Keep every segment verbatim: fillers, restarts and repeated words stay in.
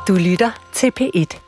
Du lytter til P et.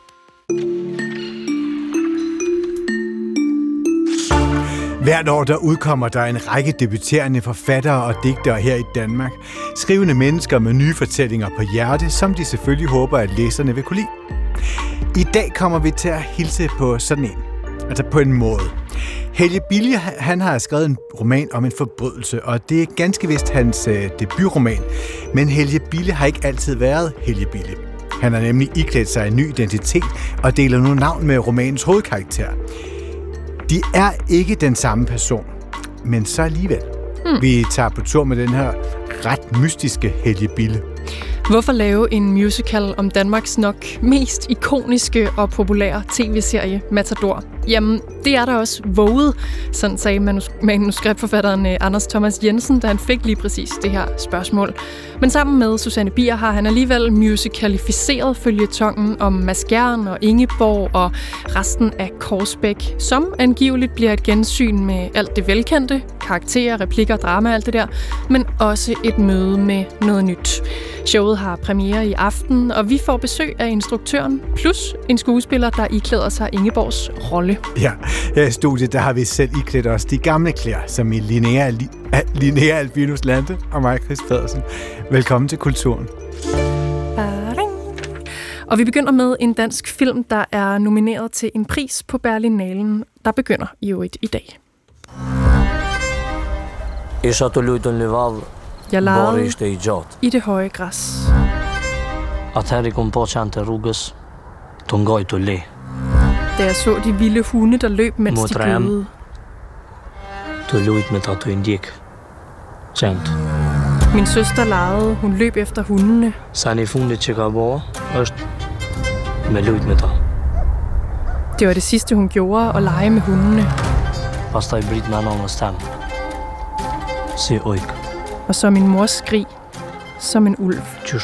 Hvert år der udkommer der en række debuterende forfattere og digtere her i Danmark. Skrivende mennesker med nye fortællinger på hjerte, som de selvfølgelig håber, at læserne vil kunne lide. I dag kommer vi til at hilse på sådan en. Altså på en måde. Helge Bille, han har skrevet en roman om en forbrydelse, og det er ganske vist hans øh, debutroman. Men Helge Bille har ikke altid været Helge Bille. Han har nemlig iklædt sig en ny identitet og deler nu navn med romanens hovedkarakter. De er ikke den samme person, men så alligevel. Hmm. Vi tager på tur med den her ret mystiske Helge Bille. Hvorfor lave en musical om Danmarks nok mest ikoniske og populære tv-serie Matador? Jamen, det er der også våget, sådan sagde manus- manuskriptforfatteren Anders Thomas Jensen, da han fik lige præcis det her spørgsmål. Men sammen med Susanne Bier har han alligevel musicalificeret føljetongen om Mads Gjern og Ingeborg og resten af Korsbæk, som angiveligt bliver et gensyn med alt det velkendte, karakterer, replikker, drama, alt det der, men også et møde med noget nyt. Showet har premiere i aften, og vi får besøg af instruktøren, plus en skuespiller, der iklæder sig Ingeborgs rolle. Ja, her i studiet, der har vi selv iklædt os de gamle klæder, som i Linnea, Linnea Albinus Lande og mig, Chris Pedersen. Velkommen til Kulturen. Og vi begynder med en dansk film, der er nomineret til en pris på Berlinalen, der begynder i øvrigt i dag. Jeg legede i det høje græs. Da jeg så de vilde hunde, der løb, mens de gøede. Min søster legede, hun løb efter hundene. Det var det sidste, hun gjorde, at lege med hundene. Og så min mors skrig, som en ulv.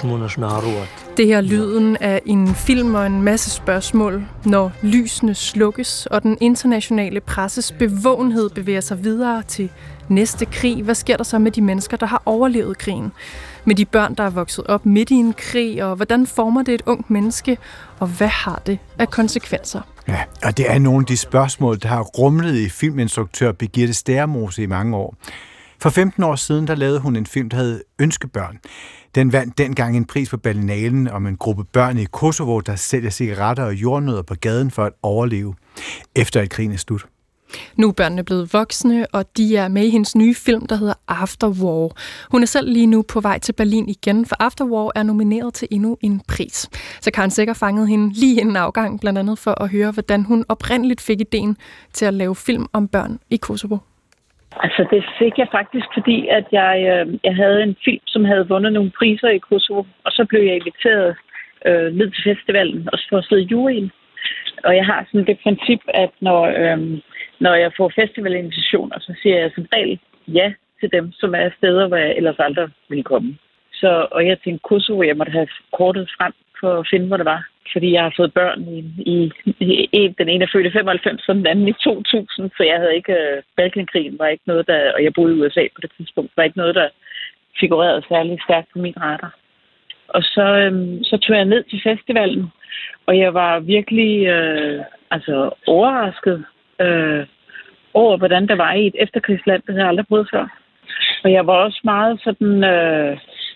Det her lyden af en film og en masse spørgsmål, når lysene slukkes, og den internationale presses bevågenhed bevæger sig videre til næste krig. Hvad sker der så med de mennesker, der har overlevet krigen? Med de børn, der er vokset op midt i en krig, og hvordan former det et ungt menneske, og hvad har det af konsekvenser? Ja, og det er nogle af de spørgsmål, der har rumlet i filminstruktør Birgitte Stærmose i mange år. For femten år siden, der lavede hun en film, der hed Ønskebørn. Den vandt dengang en pris på Berlinalen om en gruppe børn i Kosovo, der sælger cigaretter og jordnødder på gaden for at overleve, efter at krigen er slut. Nu er børnene blevet voksne, og de er med i hendes nye film, der hedder After War. Hun er selv lige nu på vej til Berlin igen, for After War er nomineret til endnu en pris. Så Karen Secher fangede hende lige inden afgang, blandt andet for at høre, hvordan hun oprindeligt fik ideen til at lave film om børn i Kosovo. Altså, det fik jeg faktisk, fordi at jeg, øh, jeg havde en film, som havde vundet nogle priser i Kosovo, og så blev jeg inviteret øh, ned til festivalen og for at sidde i juryen. Og jeg har sådan det princip, at når, øh, når jeg får festivalinvitationer, så siger jeg som regel ja til dem, som er steder, hvor jeg ellers aldrig ville komme. Så, og jeg tænkte Kosovo, jeg måtte have kortet frem for at finde, hvor det var. Fordi jeg har fået børn i, i, i den ene er født i femoghalvfems, og den anden i to tusind, så jeg havde ikke, uh, Balkankrigen var ikke noget, der, og jeg boede i U S A på det tidspunkt, var ikke noget, der figurerede særlig stærkt på min radar. Og så, øhm, så tog jeg ned til festivalen, og jeg var virkelig øh, altså overrasket øh, over, hvordan det var i et efterkrigsland, det havde jeg aldrig prøvet før. Og jeg var også meget sådan... Øh,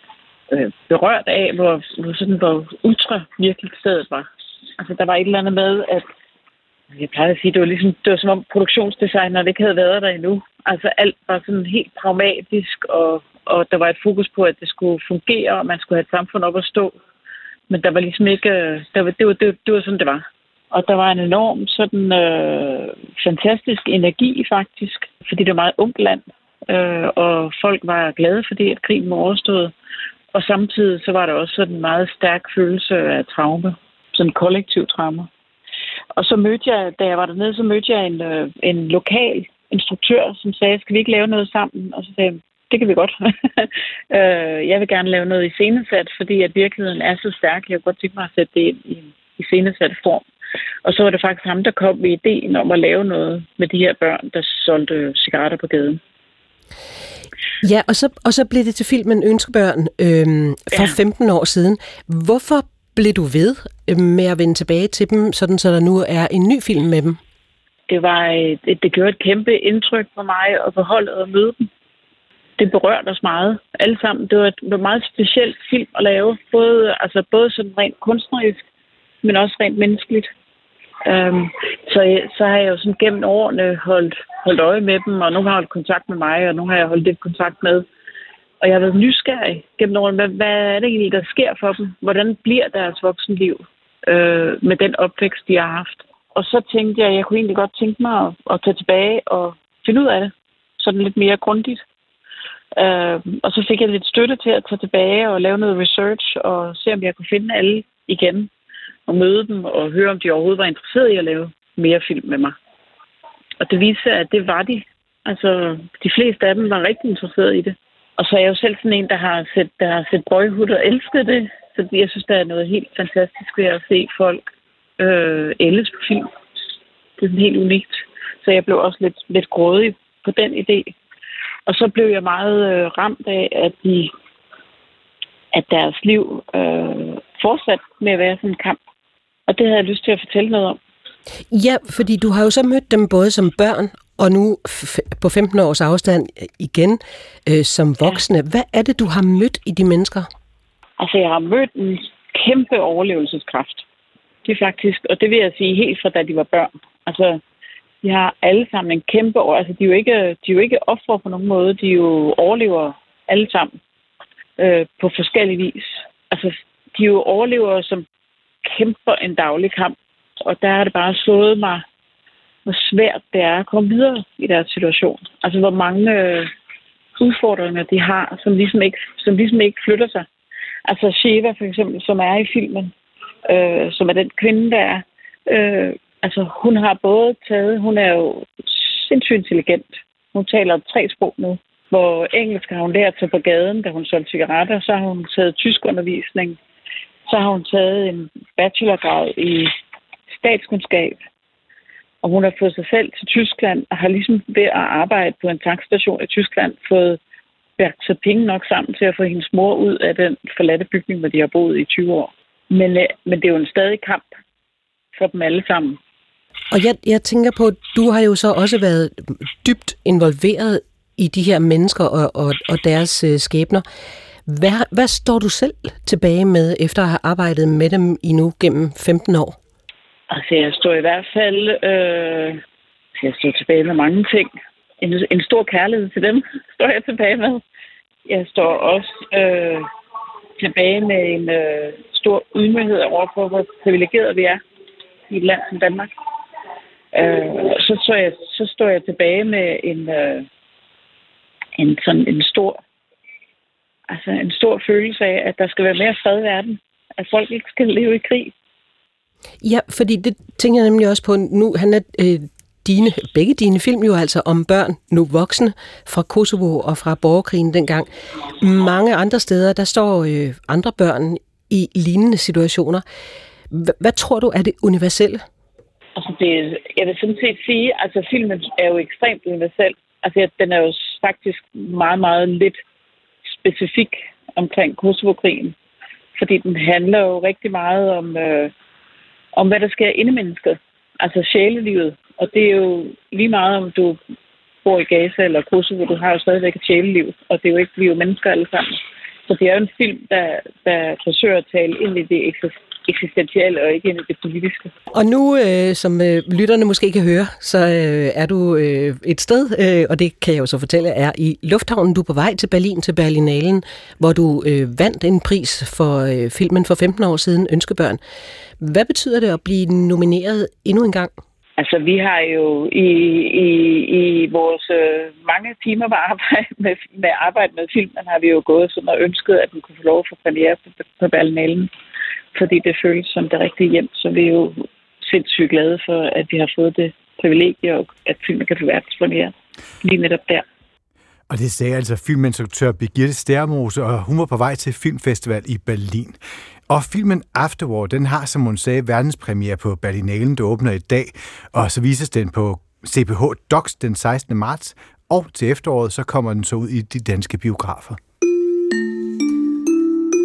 berørt af, hvor, hvor, sådan, hvor ultra virkelig stedet var. Altså, der var et eller andet med, at jeg plejer at sige, det var ligesom, det var som om produktionsdesigneren ikke havde været der endnu. Altså, alt var sådan helt pragmatisk, og, og der var et fokus på, at det skulle fungere, og man skulle have et samfund op at stå. Men der var ligesom ikke, der var, det, var, det, var, det var sådan, det var. Og der var en enorm sådan øh, fantastisk energi, faktisk, fordi det var meget ungt land, øh, og folk var glade, fordi at krigen var overstået. Og samtidig så var der også sådan en meget stærk følelse af traume, sådan kollektiv traume. Og så mødte jeg, da jeg var dernede, så mødte jeg en, en lokal instruktør, som sagde, skal vi ikke lave noget sammen? Og så sagde jeg, det kan vi godt. Jeg vil gerne lave noget iscenesat, fordi at virkeligheden er så stærk. Jeg kunne godt tænke mig at sætte det ind i en iscenesat form. Og så var det faktisk ham, der kom med ideen om at lave noget med de her børn, der solgte cigaretter på gaden. Ja, og så, og så blev det til filmen Ønskebørn øhm, for ja. femten år siden. Hvorfor Blev du ved med at vende tilbage til dem, sådan så der nu er en ny film med dem? Det, var et, det gjorde et kæmpe indtryk på mig at få holdet og møde dem. Det berørte os meget, alle sammen. Det var et, det var et meget specielt film at lave, både, altså både sådan rent kunstnerisk, men også rent menneskeligt. Um, så, så har jeg jo sådan gennem årene holdt, holdt øje med dem, og nogle har holdt kontakt med mig, og nogle har jeg holdt lidt kontakt med. Og jeg har været nysgerrig gennem årene, hvad, hvad er det egentlig, der sker for dem? Hvordan bliver deres voksenliv øh, med den opvækst, de har haft? Og så tænkte jeg, at jeg kunne egentlig godt tænke mig at, at tage tilbage og finde ud af det, sådan lidt mere grundigt. Uh, og så fik jeg lidt støtte til at tage tilbage og lave noget research, og se, om jeg kunne finde alle igen, og møde dem, og høre, om de overhovedet var interesserede i at lave mere film med mig. Og det viste sig, at det var de. Altså, de fleste af dem var rigtig interesserede i det. Og så er jeg jo selv sådan en, der har set, der har set Boyhood og elsket det. Så jeg synes, der er noget helt fantastisk ved at se folk øh, ældes på film. Det er sådan helt unikt. Så jeg blev også lidt, lidt grådig på den idé. Og så blev jeg meget øh, ramt af, at, de, at deres liv øh, fortsatte med at være sådan en kamp. Og det havde jeg lyst til at fortælle noget om. Ja, fordi du har jo så mødt dem både som børn, og nu f- på femten års afstand igen øh, som voksne. Ja. Hvad er det, du har mødt i de mennesker? Altså, jeg har mødt en kæmpe overlevelseskraft. Det er faktisk, og det vil jeg sige helt fra da de var børn. Altså, de har alle sammen en kæmpe over. Altså, de er jo ikke, de er jo ikke ofre på nogen måde. De er jo overlever alle sammen øh, på forskellige vis. Altså, de er jo overlever, som kæmper en daglig kamp. Og der har det bare slået mig, hvor svært det er at komme videre i deres situation. Altså, hvor mange øh, udfordringer de har, som ligesom, ikke, som ligesom ikke flytter sig. Altså, Sheva for eksempel, som er i filmen, øh, som er den kvinde, der er, øh, altså, hun har både taget, hun er jo sindssygt intelligent. Hun taler tre sprog nu. Hvor engelsk har hun lært sig på gaden, da hun solgte cigaretter. Så har hun taget tyskundervisning. Så har hun taget en bachelorgrad i statskundskab. Og hun har fået sig selv til Tyskland, og har ligesom ved at arbejde på en tankstation i Tyskland, fået værkt sig penge nok sammen til at få hendes mor ud af den forladte bygning, hvor de har boet i tyve år. Men, men det er jo en stadig kamp for dem alle sammen. Og jeg, jeg tænker på, du har jo så også været dybt involveret i de her mennesker og, og, og deres øh, skæbner. Hvad, hvad står du selv tilbage med, efter at have arbejdet med dem i nu gennem femten år? Altså, jeg står i hvert fald øh, jeg står tilbage med mange ting. En, en stor kærlighed til dem står jeg tilbage med. Jeg står også øh, tilbage med en øh, stor ydmyghed over for, hvor privilegerede vi er i et land som Danmark. Øh, så, står jeg, så står jeg tilbage med en, øh, en, sådan en stor altså en stor følelse af, at der skal være mere fred i verden. At folk ikke skal leve i krig. Ja, fordi det tænker jeg nemlig også på nu. Han er øh, dine, begge dine film jo altså om børn, nu voksne, fra Kosovo og fra borgerkrigen dengang. Mange andre steder, der står øh, andre børn i lignende situationer. H- hvad tror du er det universelle? Altså det, jeg vil sådan set sige, altså filmen er jo ekstremt universel. Altså den er jo faktisk meget, meget lidt specifik omkring Kosovo-krigen. Fordi den handler jo rigtig meget om, øh, om hvad der sker inde i mennesket. Altså sjælelivet. Og det er jo lige meget, om du bor i Gaza eller Kosovo, du har jo stadigvæk et sjæleliv. Og det er jo ikke, vi er jo mennesker alle sammen. Så det er jo en film, der, der forsøger at tale ind i det eksistentielle og ikke ind i det politiske. Og nu, øh, som øh, lytterne måske kan høre, så øh, er du øh, et sted, øh, og det kan jeg jo så fortælle, er i lufthavnen. Du er på vej til Berlin, til Berlinalen, hvor du øh, vandt en pris for øh, filmen for femten år siden, Ønskebørn. Hvad betyder det at blive nomineret endnu en gang? Altså, vi har jo i, i, i vores øh, mange timer med arbejde med, med arbejde med filmen, har vi jo gået sådan og ønsket, at den kunne få lov at få premiere på, på Berlinalen. Fordi det føles som det rigtige hjem, så vi er jo sindssygt glade for, at vi har fået det privilegie, og at filmen kan få verdenspremiere lige netop der. Og det sagde altså filminstruktør Birgitte Stærmose, og hun var på vej til filmfestival i Berlin. Og filmen Afterward, den har, som hun sagde, verdenspremiere på Berlinalen, der åbner i dag, og så vises den på C P H Docs den sekstende marts, og til efteråret, så kommer den så ud i de danske biografer.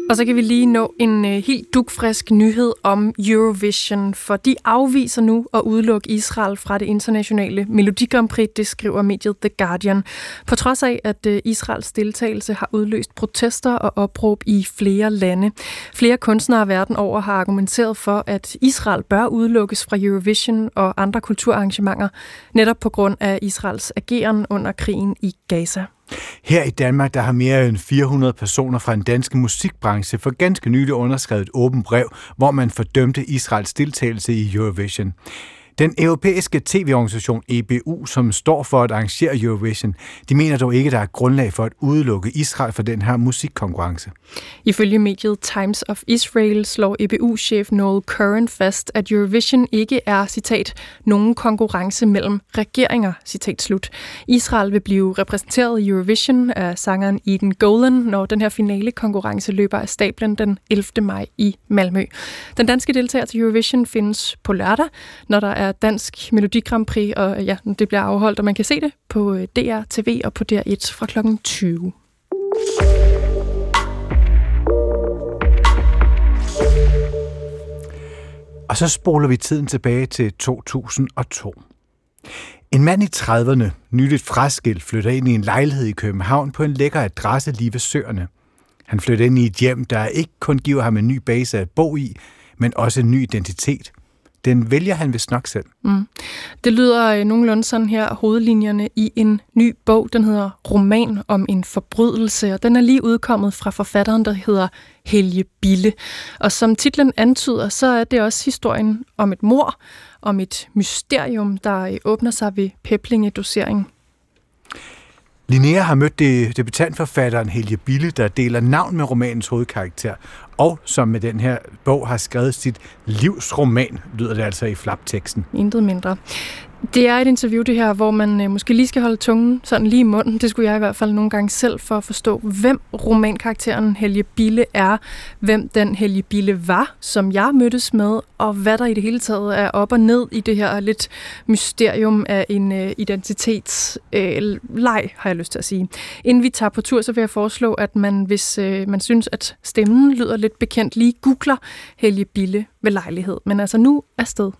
Og så kan vi lige nå en øh, helt dugfrisk nyhed om Eurovision, for de afviser nu at udelukke Israel fra det internationale Melodi Grand Prix, det skriver mediet The Guardian. På trods af, at øh, Israels deltagelse har udløst protester og opråb i flere lande. Flere kunstnere verden over har argumenteret for, at Israel bør udelukkes fra Eurovision og andre kulturarrangementer, netop på grund af Israels ageren under krigen i Gaza. Her i Danmark, der har mere end fire hundrede personer fra den danske musikbranche for ganske nylig underskrevet et åbent brev, hvor man fordømte Israels deltagelse i Eurovision. Den europæiske tv-organisation E B U, som står for at arrangere Eurovision, de mener dog ikke, der er grundlag for at udelukke Israel fra den her musikkonkurrence. Ifølge mediet Times of Israel slår E B U-chef Noel Curran fast, at Eurovision ikke er, citat, nogen konkurrence mellem regeringer, citat slut. Israel vil blive repræsenteret i Eurovision af sangeren Eden Golan, når den her finale konkurrence løber af stablen den ellevte maj i Malmø. Den danske deltager til Eurovision findes på lørdag, når der er Dansk Melodi Grand Prix, og ja, det bliver afholdt, og man kan se det på D R T V og på D R et fra klokken tyve. Og så spoler vi tiden tilbage til to tusind og to. En mand i trediverne, nyligt fraskilt, flytter ind i en lejlighed i København på en lækker adresse lige ved Søerne. Han flytter ind i et hjem, der ikke kun giver ham en ny base at bo i, men også en ny identitet. Den vælger han vist nok selv. Mm. Det lyder nogenlunde sådan her, hovedlinjerne i en ny bog, den hedder Roman om en forbrydelse, og den er lige udkommet fra forfatteren, der hedder Helge Bille. Og som titlen antyder, så er det også historien om et mord, om et mysterium, der åbner sig ved peplingedosering. Linnea har mødt debutantforfatteren Helge Bille, der deler navn med romanens hovedkarakter, og som med den her bog har skrevet sit livsroman, lyder det altså i flapteksten. Intet mindre. Det er et interview, det her, hvor man øh, måske lige skal holde tungen sådan lige i munden. Det skulle jeg i hvert fald nogle gange selv for at forstå, hvem romankarakteren Helge Bille er, hvem den Helge Bille var, som jeg mødtes med, og hvad der i det hele taget er op og ned i det her lidt mysterium af en øh, identitetsleg, øh, har jeg lyst til at sige. Inden vi tager på tur, så vil jeg foreslå, at man, hvis øh, man synes, at stemmen lyder lidt bekendt, lige googler Helge Bille ved lejlighed. Men altså nu afsted.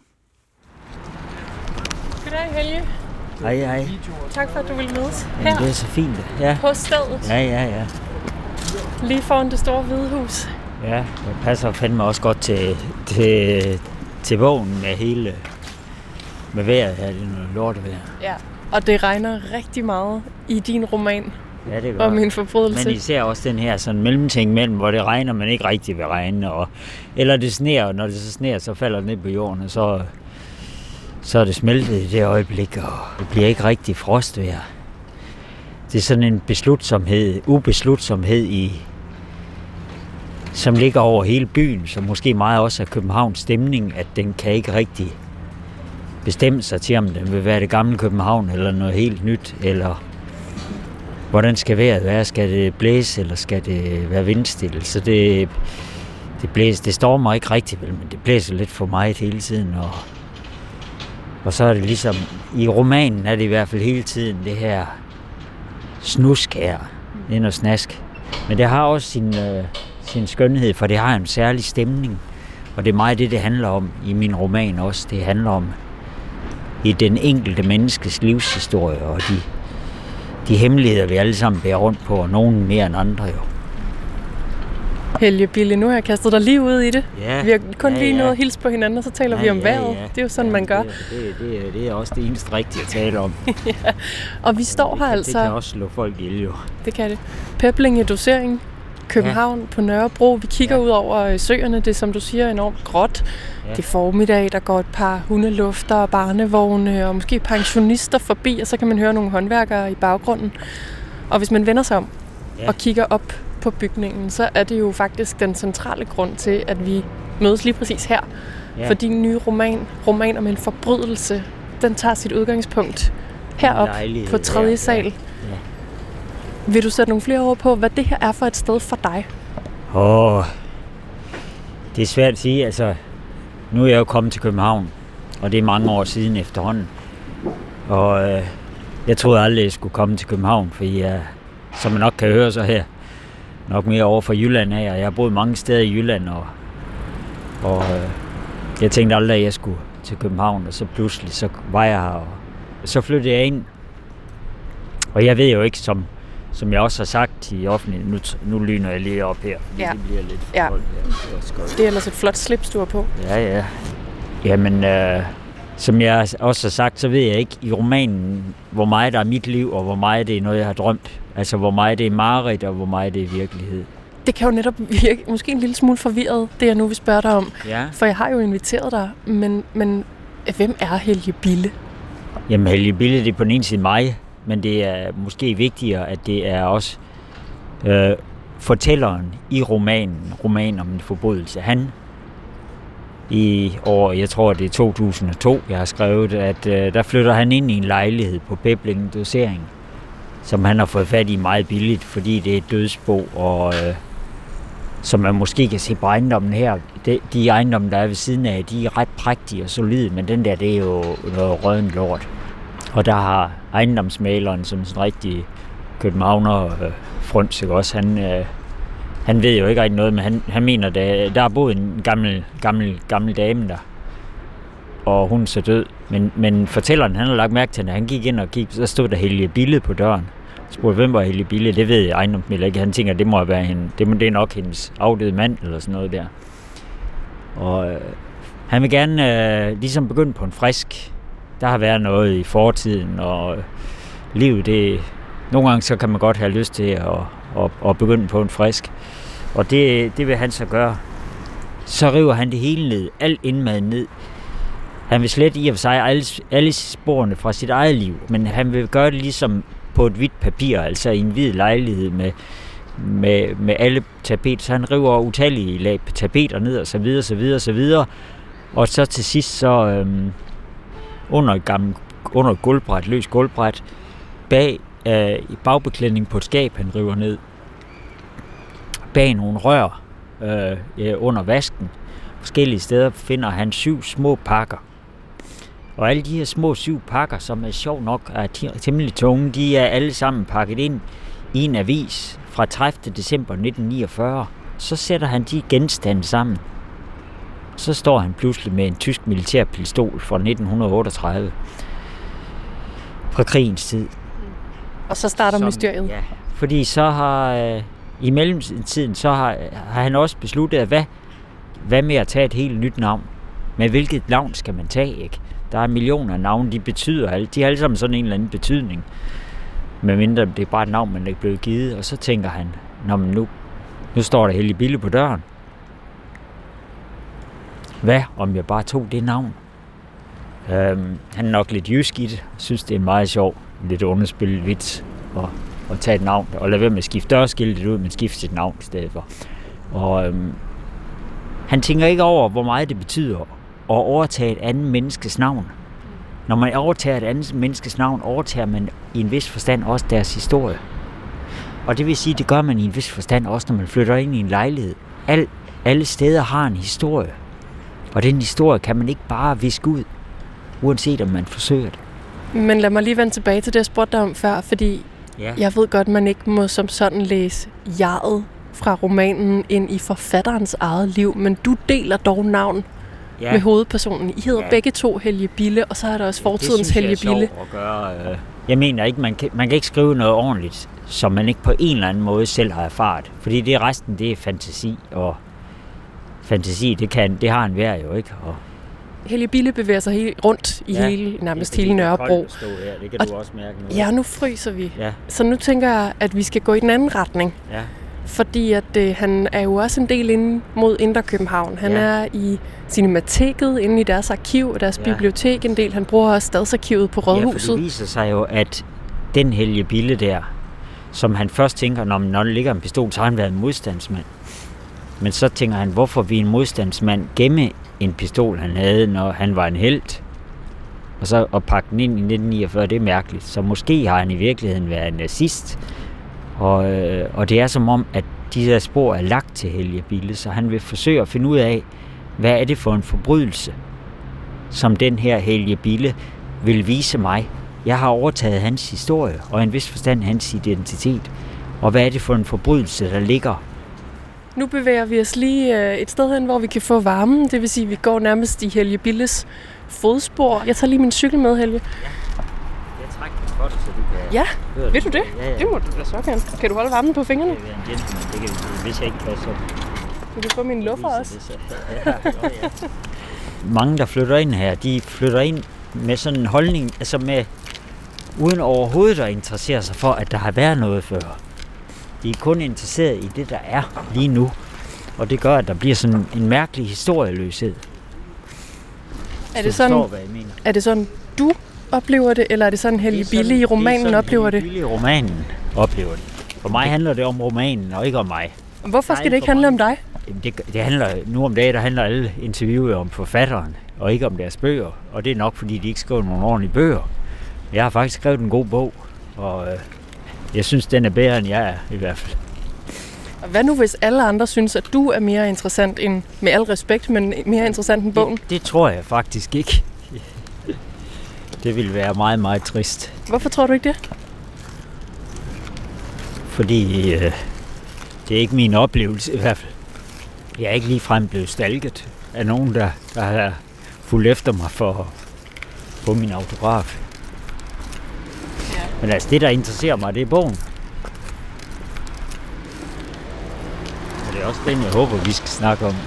Goddag, Helge. Hej, hej. Tak for, at du ville mødes her. Jamen, det er så fint, ja. På stedet. Ja, ja, ja. Lige foran det store hvide hus. Ja, det passer fandme også godt til, til, til vågen med hele med vejret her. Det er noget lortevejr. Ja, og det regner rigtig meget i din roman. Ja, det gør. Om en forbrydelse. Men især også den her sådan mellemting mellem, hvor det regner, men ikke rigtig vil regne. Og, eller det sneer, og når det så sneer, så falder det ned på jorden, og så... så er det smeltet i det øjeblik, og det bliver ikke rigtig frostvejr. Det er sådan en beslutsomhed, ubeslutsomhed, i, som ligger over hele byen, som måske meget også er Københavns stemning, at den kan ikke rigtig bestemme sig til, om den vil være det gamle København, eller noget helt nyt, eller hvordan skal vejret være? Skal det blæse, eller skal det være vindstille? Så det, det, blæser, det stormer ikke rigtig, men det blæser lidt for meget hele tiden, og Og så er det ligesom, i romanen er det i hvert fald hele tiden det her snusk her, det er noget snask. Men det har også sin, øh, sin skønhed, for det har en særlig stemning. Og det er meget det, det handler om i min roman også. Det handler om i den enkelte menneskes livshistorie, og de, de hemmeligheder, vi alle sammen bærer rundt på, og nogen mere end andre jo. Helge Bille, nu har jeg kastet dig lige ud i det. Ja, vi har kun ja, lige ja. nået at hilse på hinanden, og så taler ja, vi om ja, vejret. ja. Det er jo sådan, ja, man gør. Det, det, det, det er også det eneste rigtige at tale om. Ja. Og vi står her det, altså... Det kan også slå folk ihjel jo. Det kan det. Peblinge-dosering, København ja. På Nørrebro. Vi kigger ja. Ud over søerne. Det er, som du siger, enormt gråt. Ja. Det er formiddag, der går et par hundelufter og barnevogne, og måske pensionister forbi, og så kan man høre nogle håndværkere i baggrunden. Og hvis man vender sig om ja. Og kigger op på bygningen, så er det jo faktisk den centrale grund til, at vi mødes lige præcis her. Ja. For din nye roman, roman om en forbrydelse, den tager sit udgangspunkt herop på tredje sal. Ja. Ja. Vil du sætte nogle flere ord på, hvad det her er for et sted for dig? Åh, oh, det er svært at sige. Altså, nu er jeg jo kommet til København, og det er mange år siden efterhånden. Og øh, jeg troede aldrig, jeg skulle komme til København, fordi jeg, som man nok kan høre så her, nok mere over for Jylland af, og jeg har boet mange steder i Jylland, og, og øh, jeg tænkte aldrig, at jeg skulle til København, og så pludselig, så var jeg her, og så flyttede jeg ind. Og jeg ved jo ikke, som, som jeg også har sagt i offentligt, nu, nu lyner jeg lige op her, fordi ja. det bliver lidt ja. koldt her. Det er ellers et flot slips, du har på. Ja, ja. Jamen, øh, som jeg også har sagt, så ved jeg ikke i romanen, hvor meget der er mit liv, og hvor meget det er noget, jeg har drømt. Altså, hvor meget det er mareridt, og hvor meget det er virkelighed. Det kan jo netop virke måske en lille smule forvirret, det jeg nu vil spørge dig om. Ja. For jeg har jo inviteret dig, men, men hvem er Helge Bille? Jamen, Helge Bille, det er på den ene side mig, men det er måske vigtigere, at det er også øh, fortælleren i romanen, roman om en forbrydelse. Han i år, jeg tror det er to tusind og to, jeg har skrevet, at øh, der flytter han ind i en lejlighed på Pebling Dosering, som han har fået fat i meget billigt, fordi det er et dødsbo, og øh, som man måske kan se på ejendommen her. De, de ejendomme, der er ved siden af, de er ret prægtige og solide, men den der, det er jo noget rødden lort. Og der har ejendomsmaleren, som sådan en rigtig københavner øh, frøns, ikke også, han, øh, han ved jo ikke rigtig noget, men han, han mener, der, der er boet en gammel, gammel, gammel dame der, og hun er så død. Men, men fortælleren, han har lagt mærke til, at han gik ind og gik, så stod der Helge Bille på døren. Jeg spurgte, hvem var Helge Bille? Det ved ejendomsmælder ikke. Han tænker, det må være hende. Det, må, det er nok hendes afdøde mand, eller sådan noget der. Og øh, han vil gerne øh, ligesom begynde på en frisk. Der har været noget i fortiden, og øh, livet, det... Nogle gange så kan man godt have lyst til at, at, at begynde på en frisk. Og det, det vil han så gøre. Så river han det hele ned. Alt indmad ned. Han vil slet i og for sig alle, alle sporene fra sit eget liv, men han vil gøre det ligesom på et hvidt papir, altså i en hvid lejlighed med, med, med alle tapeter. Så han river utallige lag tapeter ned, og så videre, så videre, så videre. Og så til sidst, så øhm, under et gammelt, under et gulvbræt, løs gulvbræt, bag øh, i bagbeklædning på et skab, han river ned. Bag nogle rør øh, ja, under vasken. Forskellige steder finder han syv små pakker. Og alle de her små syv pakker, som er sjov nok er temmelig tunge, de er alle sammen pakket ind i en avis fra tredivte december nitten niogfyrre. Så sætter han de genstande sammen. Så står han pludselig med en tysk militærpistol fra nitten otteogtredive. Fra krigens tid. Og så starter som, mysteriet. Ja, fordi så har øh, i mellemtiden, så har, har han også besluttet, at hvad, hvad med at tage et helt nyt navn? Men hvilket navn skal man tage, ikke? Der er millioner af navne, de betyder, de har alle sammen sådan en eller anden betydning. Medmindre det er bare et navn, man ikke er blevet givet. Og så tænker han, nå, men nu, nu står der Helge Bille på døren. Hvad om jeg bare tog det navn? Øhm, han er nok lidt jysk i det. Synes, det er meget sjov, lidt underspillet vits at, at tage et navn. Og lade være med at skifte dørskiltet ud, men skifte sit navn i stedet for. Og øhm, han tænker ikke over, hvor meget det betyder at overtage et andet menneskes navn. Når man overtager et andet menneskes navn, overtager man i en vis forstand også deres historie. Og det vil sige, det gør man i en vis forstand også, når man flytter ind i en lejlighed. Al, alle steder har en historie. Og den historie kan man ikke bare viske ud, uanset om man forsøger det. Men lad mig lige vende tilbage til det, jeg spurgte dig om før, fordi ja. Jeg ved godt, man ikke må som sådan læse jeget fra romanen ind i forfatterens eget liv, men du deler dog navn ja. Med hovedpersonen. I hedder ja. Begge to Helge Bille, og så er der også fortidens Helge Bille. Det synes jeg er sjovt at gøre. Jeg mener ikke, man kan, man kan ikke skrive noget ordentligt, som man ikke på en eller anden måde selv har erfaret. Fordi det resten, det er fantasi, og fantasi, det, kan, det har en hver jo, ikke? Og Helge Bille bevæger sig helt rundt i ja, hele, nærmest hele Nørrebro. Her. Det kan og du også mærke nu. Ja, nu fryser vi. Ja. Så nu tænker jeg, at vi skal gå i den anden retning. Ja. Fordi at øh, han er jo også en del inde mod Indre København. Han ja. Er i Cinemateket, inde i deres arkiv og deres ja. Bibliotek en del. Han bruger også Stadsarkivet på Rådhuset. Ja, for det viser sig jo, at den Helge Bille der, som han først tænker, når, når der ligger en pistol, så har han været en modstandsmand. Men så tænker han, hvorfor vil en modstandsmand gemme en pistol, han havde, når han var en helt? Og så at pakke den ind i nitten niogfyrre, det er mærkeligt. Så måske har han i virkeligheden været en nazist. Og, øh, og det er som om, at de der spor er lagt til Helge Bille, så han vil forsøge at finde ud af, hvad er det for en forbrydelse, som den her Helge Bille vil vise mig. Jeg har overtaget hans historie, og en vis forstand hans identitet. Og hvad er det for en forbrydelse, der ligger? Nu bevæger vi os lige et sted hen, hvor vi kan få varmen. Det vil sige, at vi går nærmest i Helge Billes fodspor. Jeg tager lige min cykel med, Helge. Jeg trækker den for dig, så du kan... Ja, høre vil du det? Ja, ja. Det må du da så gerne. Kan du holde varmen på fingrene? Det er en gentleman, det kan vi, hvis jeg ikke kan, så... Du kan få min luffer også. Ja, ja. Mange, der flytter ind her, de flytter ind med sådan en holdning, altså med... uden overhovedet at interessere sig for, at der har været noget før. De er kun interesseret i det, der er lige nu. Og det gør, at der bliver sådan en mærkelig historieløshed. Er det sådan, forstår, er det sådan, du oplever det, eller er det sådan, Helge Bille i romanen oplever det? Helge Bille i romanen oplever det. For mig handler det om romanen, og ikke om mig. Hvorfor skal det ikke handle om dig? Det, det handler, nu om dagen, der handler alle interviewet om forfatteren, og ikke om deres bøger. Og det er nok, fordi de ikke skriver nogle ordentlige bøger. Jeg har faktisk skrevet en god bog, og øh, jeg synes, den er bedre, end jeg er, i hvert fald. Og hvad nu, hvis alle andre synes, at du er mere interessant end, med al respekt, men mere interessant end bogen? Det, det tror jeg faktisk ikke. Det ville være meget, meget trist. Hvorfor tror du ikke det? Fordi øh, det er ikke min oplevelse, i hvert fald. Jeg er ikke ligefrem blevet stalket af nogen, der, der har fulgt efter mig for på min autograf. Ja. Men altså, det, der interesserer mig, det er bogen. Og det er også den, jeg håber, vi skal snakke om.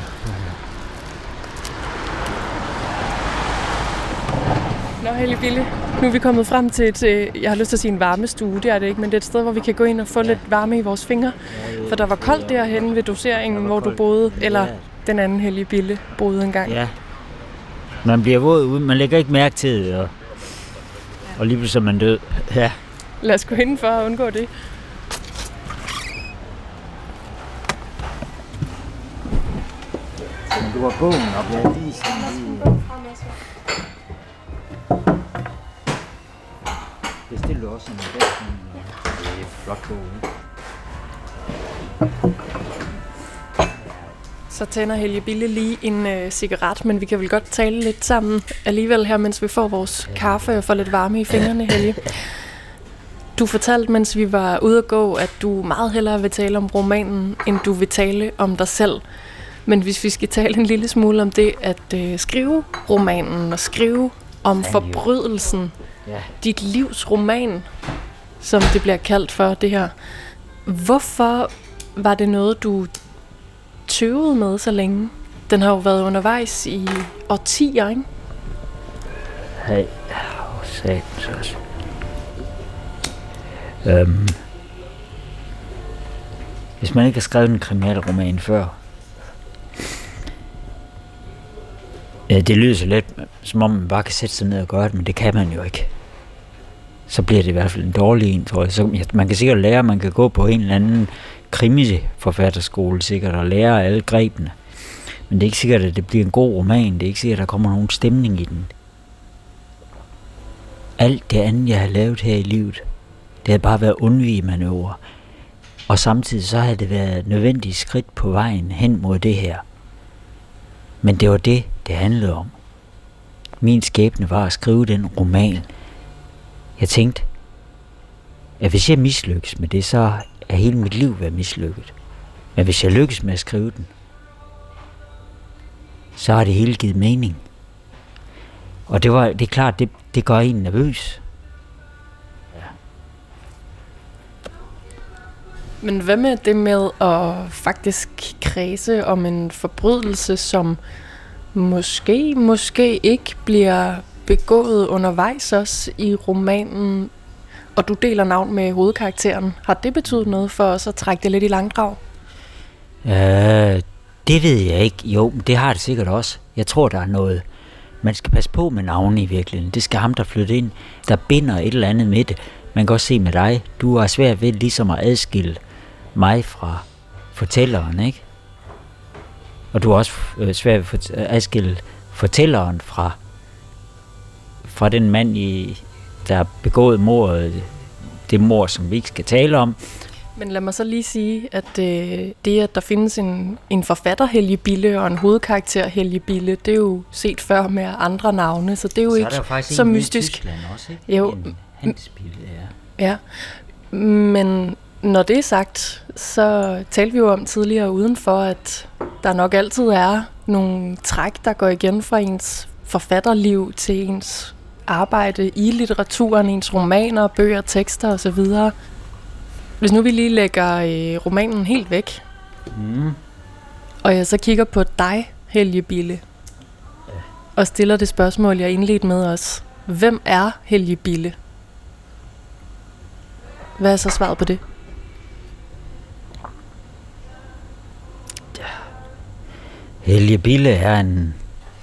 Nå, Helge Bille, nu er vi kommet frem til et, jeg har lyst til at sige en varmestue, det er det ikke, men det er et sted, hvor vi kan gå ind og få ja. lidt varme i vores fingre. For der var koldt derhenne ved doseringen, hvor du boede, eller ja. den anden Helge Bille boede engang. Ja. Man bliver våd ud, man lægger ikke mærke til det, og, og lige pludselig er man død. Ja. Lad os gå ind for at undgå det. Du har bogen op, ja, lige sådan. Bestil du også en der, det er flot bog, ikke? Så tænder Helge Bille lige en øh, cigaret, men vi kan vel godt tale lidt sammen alligevel her, mens vi får vores kaffe og får lidt varme i fingrene, Helge. Du fortalte, mens vi var ude at gå, at du meget hellere vil tale om romanen, end du vil tale om dig selv. Men hvis vi skal tale en lille smule om det, at øh, skrive romanen og skrive om forbrydelsen, ja. dit livs roman, som det bliver kaldt for det her. Hvorfor var det noget, du tøvede med så længe? Den har jo været undervejs i årtier, ikke? Hey, hvor sagde den så også. Øhm, hvis man ikke har skrevet en kriminalroman før, øh, det lyder så let, som om man bare kan sætte sig ned og gøre det, men det kan man jo ikke. Så bliver det i hvert fald en dårlig en, tror jeg. Så, ja, man kan sikkert lære, man kan gå på en eller anden krimiforfatterskole sikkert og lære alle grebene. Men det er ikke sikkert, at det bliver en god roman. Det er ikke sikkert, at der kommer nogen stemning i den. Alt det andet, jeg har lavet her i livet, det har bare været undvigemanøvrer. Og samtidig så har det været nødvendige skridt på vejen hen mod det her. Men det var det, det handlede om. Min skæbne var at skrive den roman. Jeg tænkte, at hvis jeg mislykkes med det, så er hele mit liv været mislykket. Men hvis jeg lykkes med at skrive den, så har det hele givet mening. Og det, var, det er klart, det, det gør en nervøs. Ja. Men hvad med det med at faktisk kredse om en forbrydelse, som måske, måske ikke bliver begået undervejs også i romanen, og du deler navn med hovedkarakteren. Har det betydet noget for os at trække det lidt i langdrag? Øh, det ved jeg ikke. Jo, det har det sikkert også. Jeg tror, der er noget. Man skal passe på med navne i virkeligheden. Det skal ham, der flytter ind, der binder et eller andet med det. Man kan også se med dig. Du har svært ved ligesom at adskille mig fra fortælleren, ikke? Og du har også svært ved at adskille fortælleren fra fra den mand, i, der har begået mordet, det mord, som vi ikke skal tale om. Men lad mig så lige sige, at øh, det, at der findes en, en forfatter, Helge Bille, og en hovedkarakter, Helge Bille, det er jo set før med andre navne, så det er jo så ikke er så, så mystisk. Tyskland også, ikke? Jo. En Hans Bille, ja. Ja, men Når det er sagt, så talte vi jo om tidligere udenfor, at der nok altid er nogle træk, der går igen fra ens forfatterliv til ens arbejde i litteraturen, ens romaner, bøger, tekster osv. Hvis nu vi lige lægger øh, romanen helt væk, mm. og jeg så kigger på dig, Helge Bille, ja. og stiller det spørgsmål, jeg indledte med os. Hvem er Helge Bille? Hvad er så svaret på det? Helge Bille er en,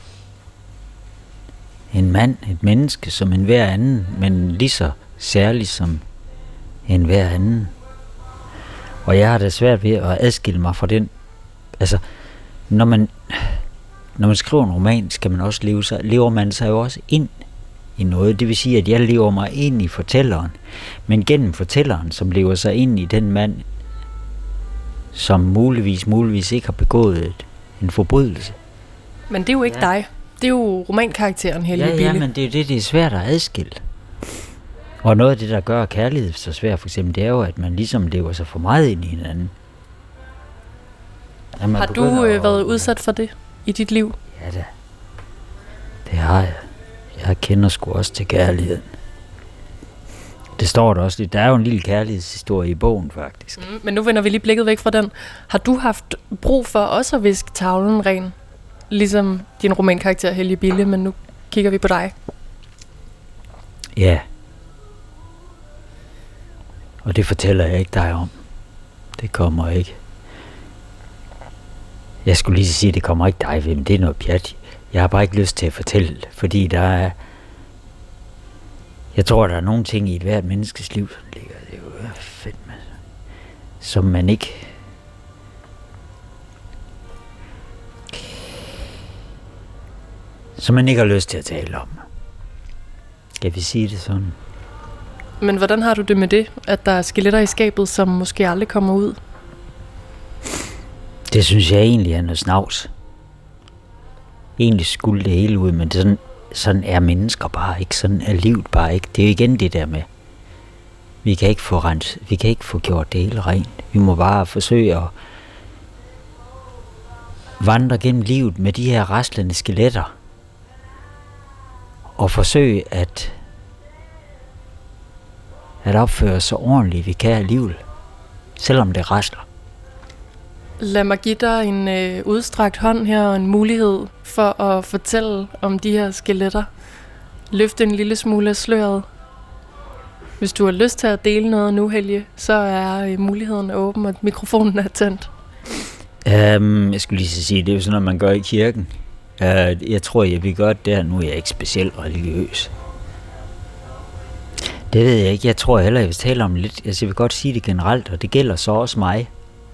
en mand, et menneske som en hver anden, men lige så særlig som en hver anden. Og jeg har det svært ved at adskille mig fra den. Altså, når man, når man skriver en roman, skal man også leve sig, lever man sig jo også ind i noget. Det vil sige, at jeg lever mig ind i fortælleren, men gennem fortælleren, som lever sig ind i den mand, som muligvis, muligvis ikke har begået et, en forbrydelse. Men det er jo ikke ja. dig. Det er jo romankarakteren Helge ja, Bille. Ja, men det er jo det, det er svært at adskille. Og noget af det, der gør kærlighed så svært, for eksempel, det er jo, at man ligesom lever sig for meget ind i hinanden. Har du øh, været udsat for det i dit liv? Ja da. Det har jeg. Jeg kender sgu også til kærligheden. Det står der også lidt. Der er jo en lille kærlighedshistorie i bogen, faktisk. Mm, men nu vender vi lige blikket væk fra den. Har du haft brug for også at viske tavlen ren? Ligesom din romankarakter Helge Bille, men nu kigger vi på dig. Ja. Og det fortæller jeg ikke dig om. Det kommer ikke. Jeg skulle lige sige, at det kommer ikke dig ved, men det er noget pjat. Jeg har bare ikke lyst til at fortælle det, fordi der er... Jeg tror, der er nogle ting i et hvert menneskes liv, som ligger... Det er jo fedt, med, som man ikke... Som man ikke har lyst til at tale om. Skal vi sige det sådan? Men hvordan har du det med det, at der er skeletter i skabet, som måske aldrig kommer ud? Det synes jeg egentlig er noget snavs. Egentlig skulle det hele ud, men sådan, sådan er mennesker bare ikke. Sådan er livet bare ikke. Det er jo igen det der med, vi kan ikke få rent, vi kan ikke få gjort det hele rent. Vi må bare forsøge at vandre gennem livet med de her raslende skeletter. Og forsøge at, at opføre os så ordentligt vi kan alligevel. Selvom det rasler. Lad mig give dig en øh, udstrakt hånd her og en mulighed for at fortælle om de her skeletter. Løft en lille smule af sløret. Hvis du har lyst til at dele noget nu, Helge, så er øh, muligheden åben, og mikrofonen er tændt. Um, jeg skulle lige så sige, det er jo sådan noget, man gør i kirken. Uh, jeg tror, jeg vil gøre det der. Nu er jeg ikke specielt religiøs. Det ved jeg ikke. Jeg tror heller, jeg vil tale om lidt. Altså, jeg vil godt sige det generelt, og det gælder så også mig.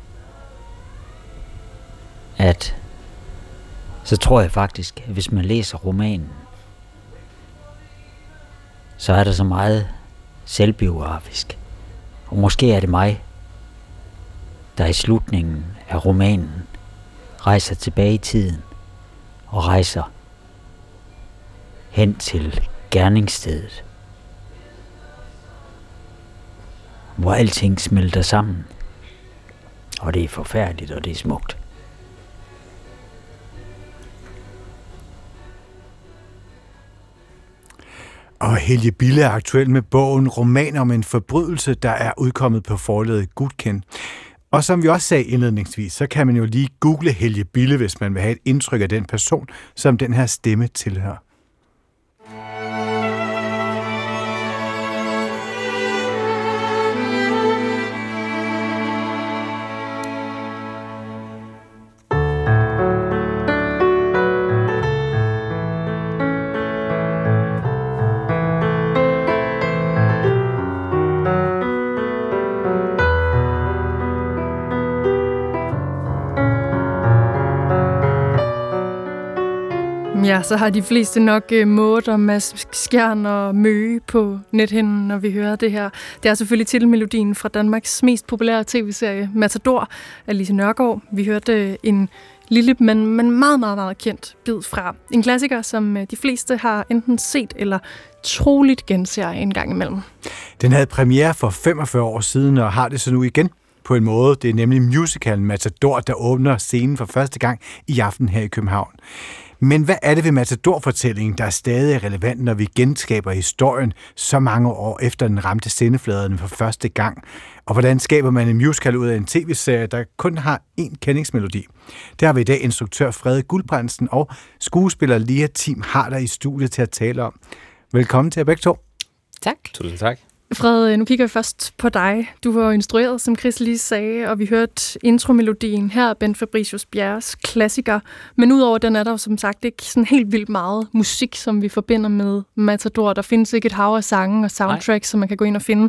At så tror jeg faktisk, at hvis man læser romanen, så er der så meget selvbiografisk. Og måske er det mig, der i slutningen af romanen rejser tilbage i tiden og rejser hen til gerningsstedet, hvor alting smelter sammen. Og det er forfærdeligt, og det er smukt. Og Helge Bille er aktuel med bogen Roman om en forbrydelse, der er udkommet på forlaget Gudken. Og som vi også sagde indledningsvis, så kan man jo lige google Helge Bille, hvis man vil have et indtryk af den person, som den her stemme tilhører. Ja, så har de fleste nok uh, Maud og Mads Skjern og Møge på nethinden, når vi hører det her. Det er selvfølgelig titelmelodien fra Danmarks mest populære tv-serie, Matador, af Lise Nørgaard. Vi hørte uh, en lille, men, men meget, meget, meget kendt bid fra. En klassiker, som de fleste har enten set eller troligt genser en gang imellem. Den havde premiere for femogfyrre år siden og har det så nu igen på en måde. Det er nemlig musicalen Matador, der åbner scenen for første gang i aften her i København. Men hvad er det ved Matador-fortællingen, der er stadig relevant, når vi genskaber historien så mange år efter den ramte sendefladerne for første gang? Og hvordan skaber man en musical ud af en tv-serie, der kun har én kendingsmelodi? Der har vi i dag instruktør Frede Guldbrandsen og skuespiller Lea Tim Harder i studiet til at tale om. Velkommen til jer begge to. Tak. Tusind tak. Fred, nu kigger vi først på dig. Du var instrueret, som Chris lige sagde, og vi hørte intromelodien her, Bent Fabricius Bjerres klassiker. Men udover den er der jo som sagt ikke sådan helt vildt meget musik, som vi forbinder med Matador. Der findes ikke et hav af sange og soundtracks, som man kan gå ind og finde.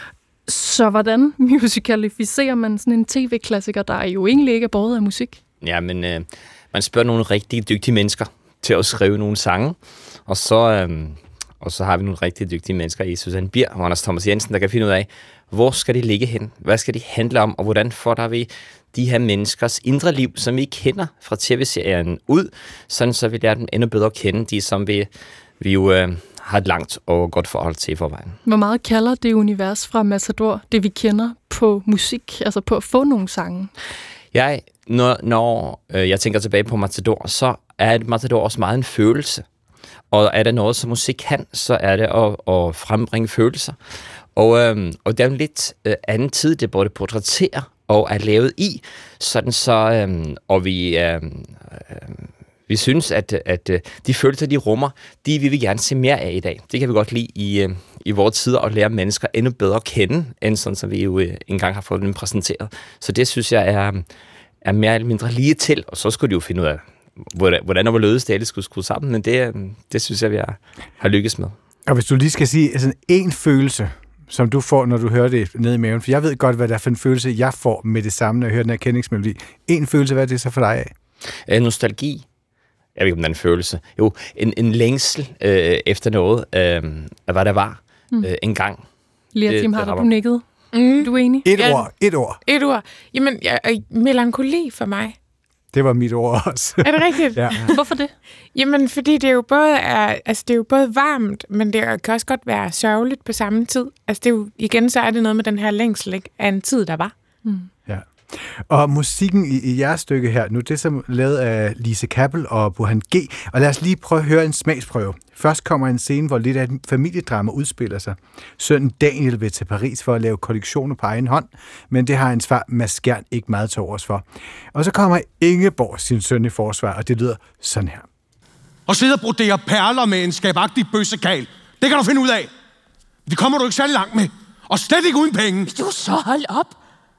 Så hvordan musicalificerer man sådan en tv-klassiker, der jo egentlig ikke er båret af musik? Ja, men øh, man spørger nogle rigtig dygtige mennesker til at skrive nogle sange, og så... Øh, Og så har vi nogle rigtig dygtige mennesker i Susanne Bier og Anders Thomas Jensen, der kan finde ud af, hvor skal de ligge hen? Hvad skal de handle om? Og hvordan får der vi de her menneskers indre liv, som vi kender fra tv-serien ud, sådan så vi lærer dem endnu bedre at kende, de som vi, vi jo øh, har et langt og godt forhold til i forvejen. Hvor meget kalder det univers fra Matador, det vi kender, på musik, altså på at få nogle sange? Jeg, når når øh, jeg tænker tilbage på Matador, så er Matador også meget en følelse. Og er der noget, som musik kan, så er det at, at frembringe følelser. Og, øhm, og det er en lidt øh, anden tid, det både portrætterer og er lavet i, sådan så, øhm, og vi, øhm, øh, vi synes, at, at øh, de følelser, de rummer, de vil vi gerne se mere af i dag. Det kan vi godt lide i, øh, i vores tid, at lære mennesker endnu bedre at kende, end sådan, som vi jo øh, engang har fået dem præsenteret. Så det synes jeg er, er mere eller mindre lige til, og så skulle de jo finde ud af, hvordan og hvorledes det alle skulle skrues sammen, men det, det synes jeg, vi har, har lykkes med. Og hvis du lige skal sige sådan en følelse, som du får, når du hører det nede i maven, for jeg ved godt, hvad det er for en følelse, jeg får med det samme, når jeg hører den her kendingsmelodi. En følelse, hvad er det så for dig af? Øh, nostalgi. Jeg ved ikke, om den følelse. Jo, en, en længsel øh, efter noget, øh, af hvad der var mm. øh, en gang. Lea Tim Harder, du nikkede. Mm. Du er enig? Et ja, ord, et ord. Et ord. Jamen, ja, melankoli for mig. Det var mit ord også. Er det rigtigt? Ja. Hvorfor det? Jamen, fordi det er jo både er, altså det er jo både varmt, men det kan også godt være sørgeligt på samme tid. Altså det er jo, igen, så er det noget med den her længsel, ikke, af en tid, der var. Mm. Ja. Og musikken i, i jeres stykke her, nu det er som lavet af Lise Kappel og Burhan G. Og lad os lige prøve at høre en smagsprøve. Først kommer en scene, hvor lidt af et familiedrama udspiller sig. Sønnen Daniel vil til Paris for at lave kollektioner på egen hånd, men det har hans far Mads Skjern ikke meget til overs for. Og så kommer Ingeborg sin søn i forsvar, og det lyder sådan her. Og sidde og brodere perler med en skabagtig bøssekal. Det kan du finde ud af. Det kommer du ikke særlig langt med. Og slet ikke uden penge. Du så hold op.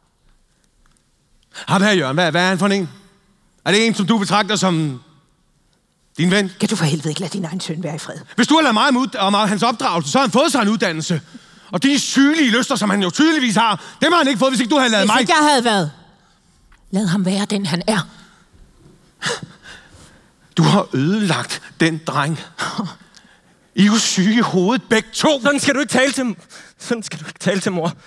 Ham her, Jørgen, hvad, hvad er han for en? Er det en, som du betragter som din ven? Kan du for helvede ikke lade din egen søn være i fred? Hvis du har ladet meget om, ud- om hans opdragelse, så har han fået sig en uddannelse. Og de sygelige lyster, som han jo tydeligvis har, dem har han ikke fået, hvis ikke du havde lavet hvis mig. Hvis ikke jeg havde været. Lad ham være den, han er. Du har ødelagt den dreng. I er jo syge i hovedet, begge to. Sådan skal du ikke tale til, sådan skal du ikke tale til mor.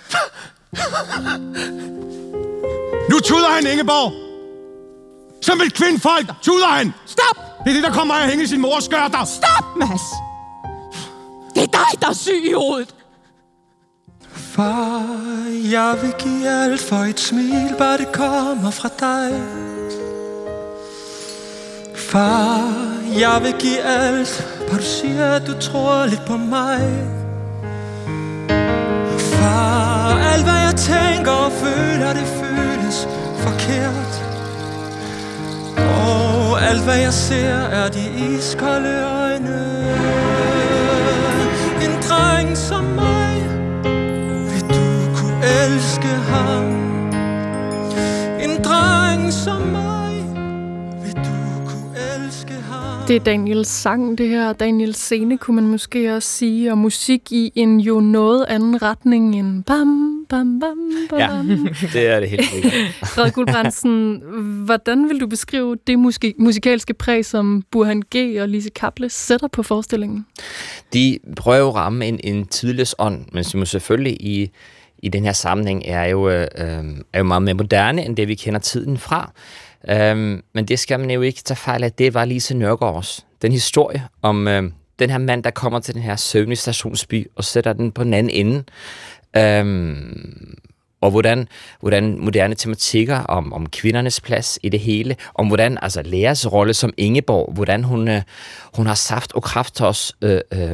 Nu tuder han, Ingeborg! Som et kvindfolk tuder han! Stop! Det er det, der kommer af at hænge i sin mors skørter! Stop, Mads! Det er dig, der er syg i hovedet! Far, jeg vil give alt for et smil, bare det kommer fra dig. Far, jeg vil give alt, bare du siger, at du tror lidt på mig. Far, alt hvad jeg tænker og føler, det føles forkert. Og alt hvad jeg ser, er de iskolde øjne. En dreng som mig, vil du kunne elske ham. En dreng som mig, vil du kunne elske ham. Det er Daniels sang, det her. Daniels scene, kunne man måske også sige. Og musik i en jo noget anden retning end bam, bam, bam, bam. Ja, det er det helt sikkert. Frede Guldbrandsen, hvordan vil du beskrive det musik- musikalske præg, som Burhan G. og Lise Kappel sætter på forestillingen? De prøver at ramme en, en tidløs ånd, men som selvfølgelig i, i den her sammenhæng er jo, øh, er jo meget mere moderne, end det vi kender tiden fra. Øhm, men det skal man jo ikke tage fejl af. Det var Lise Nørgaards. Den historie om øh, den her mand, der kommer til den her søvnige stationsby og sætter den på den anden ende. Øhm, og hvordan, hvordan moderne tematikker om, om kvindernes plads i det hele, om hvordan altså lærers rolle som Ingeborg, hvordan hun, øh, hun har saft og kraft til os øh, øh,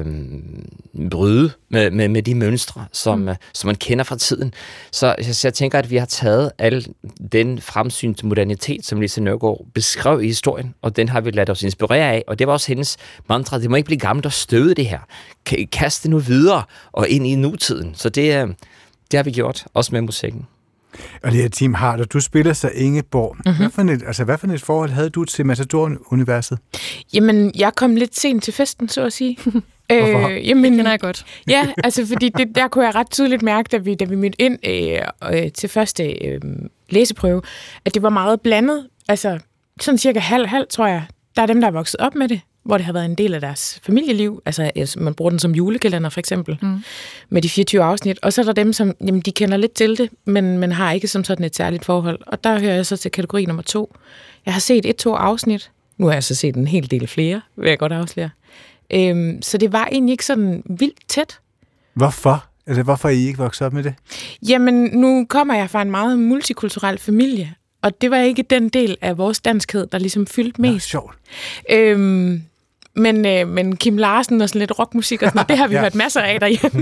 bryde med, med, med de mønstre, som, mm. øh, som man kender fra tiden. Så, så jeg tænker, at vi har taget al den fremsynte modernitet, som Lise Nørgaard beskrev i historien, og den har vi ladet os inspirere af, og det var også hendes mantra, det må ikke blive gammelt og støde det her. Kast det nu videre og ind i nutiden. Så det øh, Det har vi gjort, også med musikken. Og det her Team Harder, du spiller så Ingeborg. Mm-hmm. Hvad, for et, altså, hvad for et forhold havde du til Matador-universet? Jamen, jeg kom lidt sent til festen, så at sige. Hvorfor? Øh, jamen, det kender jeg godt. Ja, altså, fordi det, der kunne jeg ret tydeligt mærke, da vi, da vi mødte ind øh, øh, til første øh, læseprøve, at det var meget blandet. Altså, sådan cirka halv-halv, tror jeg. Der er dem, der er vokset op med det, hvor det har været en del af deres familieliv. Altså, man bruger den som julekalender, for eksempel, mm. med de fireogtyve afsnit. Og så er der dem, som jamen, de kender lidt til det, men, men har ikke som sådan et særligt forhold. Og der hører jeg så til kategori nummer to. Jeg har set et-to afsnit. Nu har jeg så set en hel del flere, vil jeg godt afsløre. Øhm, så det var egentlig ikke sådan vildt tæt. Hvorfor? Eller hvorfor er I ikke vokset op med det? Jamen, nu kommer jeg fra en meget multikulturel familie, og det var ikke den del af vores danskhed, der ligesom fyldte mest. Nå, sjovt. Øhm, men, øh, men Kim Larsen og sådan lidt rockmusik og sådan noget, det har vi ja. hørt masser af derhjemme.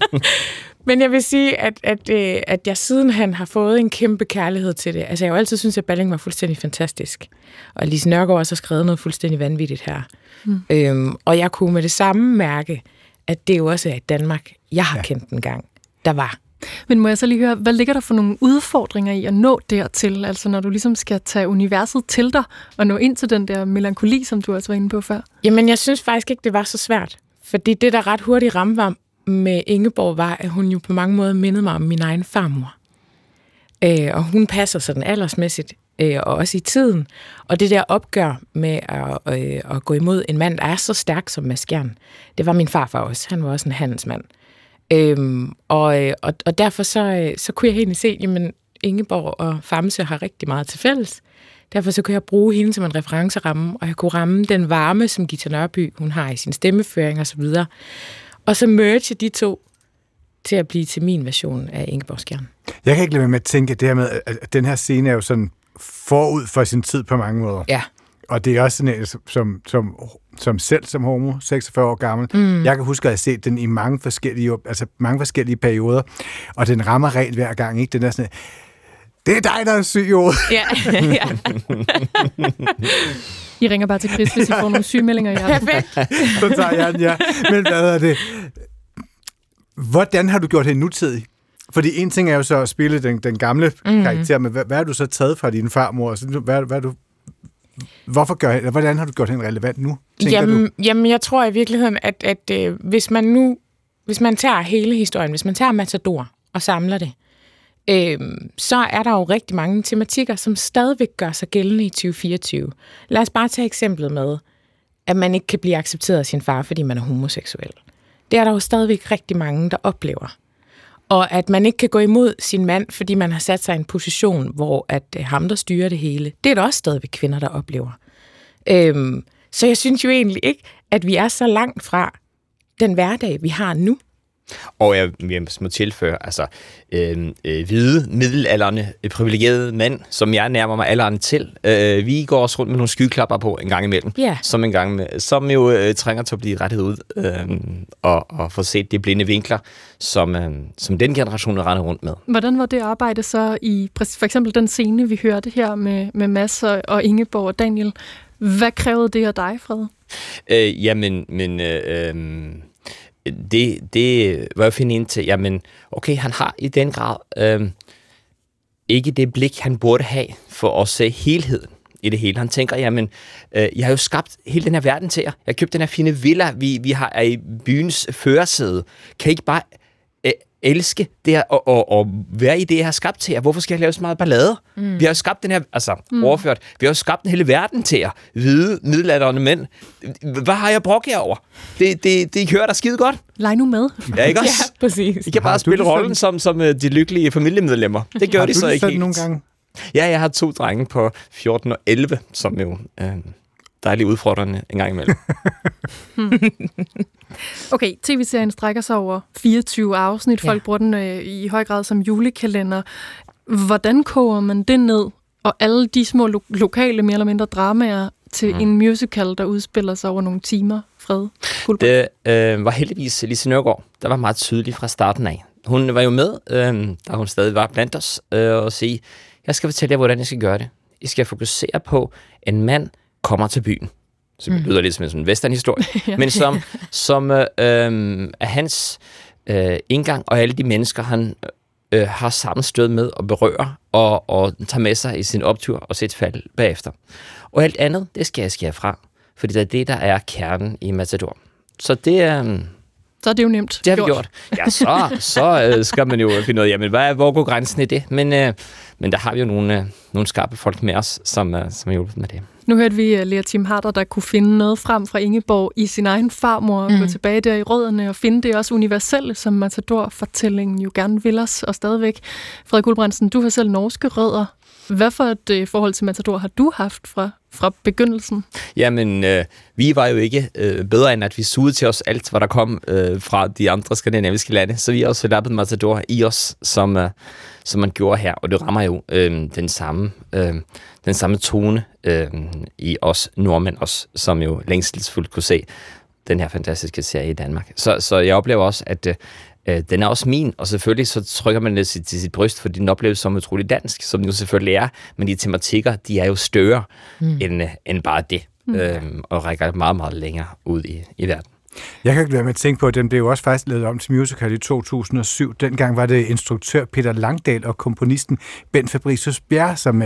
Men jeg vil sige, at, at, øh, at jeg siden han har fået en kæmpe kærlighed til det. Altså, jeg har jo altid syntes, at Balling var fuldstændig fantastisk. Og Lise Nørgaard også har skrevet noget fuldstændig vanvittigt her. Mm. Øhm, og jeg kunne med det samme mærke, at det jo også er i Danmark, jeg har ja. kendt en gang, der var. Men må jeg så lige høre, hvad ligger der for nogle udfordringer i at nå dertil? Altså når du ligesom skal tage universet til dig og nå ind til den der melankoli, som du også var inde på før? Jamen, jeg synes faktisk ikke, det var så svært. Fordi det, der ret hurtigt ramte var med Ingeborg, var, at hun jo på mange måder mindede mig om min egen farmor. Øh, og hun passer sådan aldersmæssigt, øh, og også i tiden. Og det der opgør med at, øh, at gå imod en mand, der er så stærk som Mads Skjern, det var min farfar også. Han var også en handelsmand. Øhm, og, og, og derfor så, så kunne jeg egentlig se, jamen Ingeborg og Famse har rigtig meget til fælles. Derfor så kunne jeg bruge hende som en referenceramme, og jeg kunne ramme den varme, som Gita Nørby, hun har i sin stemmeføring og så videre. Og så merge de to til at blive til min version af Ingeborg Skjern. Jeg kan ikke lade være med at tænke, at det her med, at den her scene er jo sådan forud for sin tid på mange måder. Ja. Og det er også sådan en, som, som, som selv som homo, seksogfyrre år gammel. Mm. Jeg kan huske at have set den i mange forskellige, altså mange forskellige perioder, og den rammer rent hver gang, ikke? Den er sådan, det er dig, der er syg, jo. Ja, ja. I ringer bare til Chris, hvis I får nogle sygemeldinger i hjertet. Så tager jeg den, ja. Men hvad er det? Hvordan har du gjort det nutidig? Fordi en ting er jo så at spille den, den gamle mm. karakter, men hvad, hvad har du så taget fra din farmor? Hvad, hvad du Hvorfor gør, hvordan har du gjort hende relevant nu, tænker jamen, du? Jamen, jeg tror i virkeligheden, at, at øh, hvis man nu, hvis man tager hele historien, hvis man tager Matador og samler det, øh, så er der jo rigtig mange tematikker, som stadigvæk gør sig gældende i tyve fireogtyve. Lad os bare tage eksemplet med, at man ikke kan blive accepteret af sin far, fordi man er homoseksuel. Det er der jo stadigvæk rigtig mange, der oplever. Og at man ikke kan gå imod sin mand, fordi man har sat sig i en position, hvor at øh, ham, der styrer det hele, det er der også stadigvæk kvinder, der oplever. Øhm, så jeg synes jo egentlig ikke, at vi er så langt fra den hverdag, vi har nu. Og jeg, jeg må tilføre, altså øh, øh, hvide, middelaldrende, privilegerede mænd, som jeg nærmer mig alderen til. Øh, vi går også rundt med nogle skyklapper på en gang imellem, yeah. som, en gang med, som jo øh, trænger til at blive rettet ud øh, og, og få set de blinde vinkler, som, øh, som den generation render rundt med. Hvordan var det arbejde så i for eksempel den scene, vi hørte her med, med Mads og Ingeborg og Daniel? Hvad krævede det af dig, Fred? Øh, jamen, men... Øh, øh, Det, det var jeg finde ind til, jamen, okay, han har i den grad øh, ikke det blik, han burde have for at se helheden i det hele. Han tænker, jamen, øh, jeg har jo skabt hele den her verden til jer. Jeg har købt den her fine villa, vi, vi har i byens førersæde. Kan I ikke bare øh, elske det her og, og, og være i det, jeg har skabt til jer? Hvorfor skal jeg lave så meget ballade? Mm. Vi har jo skabt den her, altså mm. overført, vi har jo skabt den hele verden til jer. Hvide, middelaldrende mænd. Hvad har jeg brugt jer over? Det, det, det kører da skide godt. Leg nu med. Ja, ikke også? Ja, præcis. I kan bare spille rollen som, som de lykkelige familiemedlemmer. Det gør har de så ikke helt. Nogle gange? Ja, jeg har to drenge på fjorten og elleve, som jo øh, dejligt udfordrende en gang imellem. hmm. Okay, tv-serien strækker sig over fireogtyve afsnit. Folk ja. bruger den øh, i høj grad som julekalender. Hvordan koger man det ned, og alle de små lo- lokale, mere eller mindre dramaer, til mm. en musical, der udspiller sig over nogle timer? Fred Det øh, var heldigvis Lise Nørgaard, der var meget tydelig fra starten af. Hun var jo med, øh, da hun stadig var blandt os, øh, og sige, jeg skal fortælle jer, hvordan jeg skal gøre det. I skal fokusere på, en mand kommer til byen. Så det lyder lidt som en western-historie. ja. Men som, som øh, øh, er hans øh, indgang, og alle de mennesker, han øh, har sammenstød med at berøre, og, og tager med sig i sin optur og sit fald bagefter. Og alt andet, det skal jeg skære fra. Fordi det er det, der er kernen i Matador. Så det er... Øh, Så er det jo nemt. Det har vi gjort. Ja, så, så øh, skal man jo finde ud af, jamen, hvad, hvor går grænsen i det? Men, øh, men der har vi jo nogle, øh, nogle skarpe folk med os, som, øh, som har hjulpet med det. Nu hørte vi uh, Lea Tim Harder, der kunne finde noget frem fra Ingeborg i sin egen farmor, og mm. gå tilbage der i rødderne og finde det også universelle, som Matador-fortællingen jo gerne vil os, og stadigvæk. Frederik Gulbrandsen, du har selv norske rødder. Hvad for et øh, forhold til Matador har du haft fra, fra begyndelsen? Jamen, øh, vi var jo ikke øh, bedre end, at vi sugede til os alt, hvad der kom øh, fra de andre skandinaviske lande. Så vi har også lappet Matador i os, som, øh, som man gjorde her. Og det rammer jo øh, den, samme, øh, den samme tone øh, i os nordmænd, også, som jo længselsfuldt kunne se den her fantastiske serie i Danmark. Så, så jeg oplever også, at... Øh, Den er også min, og selvfølgelig så trykker man det til sit bryst, for den opleves som utrolig dansk, som den jo selvfølgelig er, men de tematikker, de er jo større mm. end, end bare det, mm. øhm, og rækker meget, meget længere ud i, i verden. Jeg kan ikke være med at tænke på, at den blev jo også faktisk lavet om til musical i to tusind og syv. Dengang var det instruktør Peter Langdal og komponisten Bent Fabricius Bjerre, som,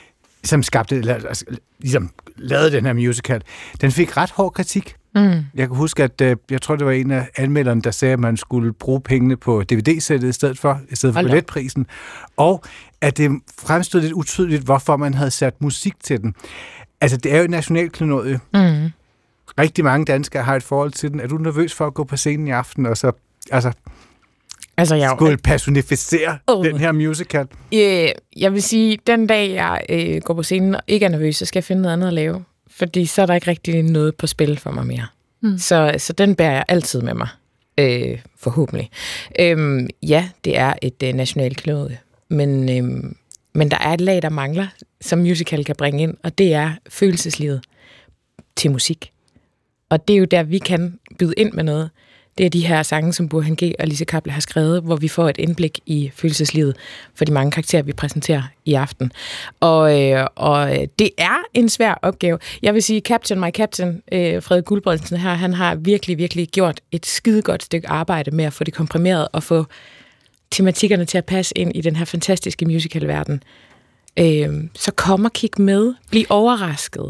som skabte, altså, ligesom lavede den her musical. Den fik ret hård kritik. Mm. Jeg kan huske, at uh, jeg tror, det var en af anmelderne, der sagde, at man skulle bruge pengene på D V D-sættet i stedet for, i stedet for billetprisen. Og at det fremstod lidt utydeligt, hvorfor man havde sat musik til den. Altså, det er jo et nationalklenodie. Mm. Rigtig mange danskere har et forhold til den. Er du nervøs for at gå på scenen i aften, og så altså, altså, jeg skulle personificere oh. den her musical? Yeah, jeg vil sige, den dag, jeg øh, går på scenen og ikke er nervøs, så skal jeg finde noget andet at lave. Fordi så er der ikke rigtig noget på spil for mig mere. Mm. Så, så den bærer jeg altid med mig, øh, forhåbentlig. Øhm, ja, det er et øh, nationalt klenodie, men, øh, men der er et lag, der mangler, som musical kan bringe ind, og det er følelseslivet til musik. Og det er jo der, vi kan byde ind med noget. Det er de her sange, som Burhan G. og Lise Kaple har skrevet, hvor vi får et indblik i følelseslivet for de mange karakterer, vi præsenterer i aften. Og, øh, og det er en svær opgave. Jeg vil sige, Captain, my Captain, øh, Frederik Gulbrandsen her, han har virkelig, virkelig gjort et skidegodt stykke arbejde med at få det komprimeret og få tematikkerne til at passe ind i den her fantastiske musicalverden. Øh, så kom og kig med, bliv overrasket,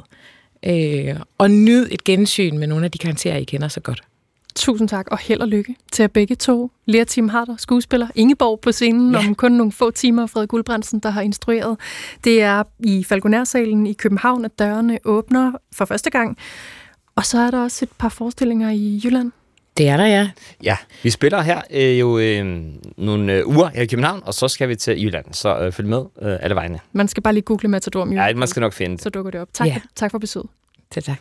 øh, og nyd et gensyn med nogle af de karakterer, I kender så godt. Tusind tak, og held og lykke til jer begge to. Lea Tim Harder, skuespiller, Ingeborg på scenen ja. om kun nogle få timer, Frederik Gulbrandsen, der har instrueret. Det er i Falconer-salen i København, at dørene åbner for første gang. Og så er der også et par forestillinger i Jylland. Det er der, ja. Ja, vi spiller her øh, jo øh, nogle øh, uger her i København, og så skal vi til Jylland. Så øh, følg med øh, alle vegne. Man skal bare lige google Matador Musical. Ja, man skal nok finde det. Så dukker det op. Tak, ja. tak for besøget. Tak, tak.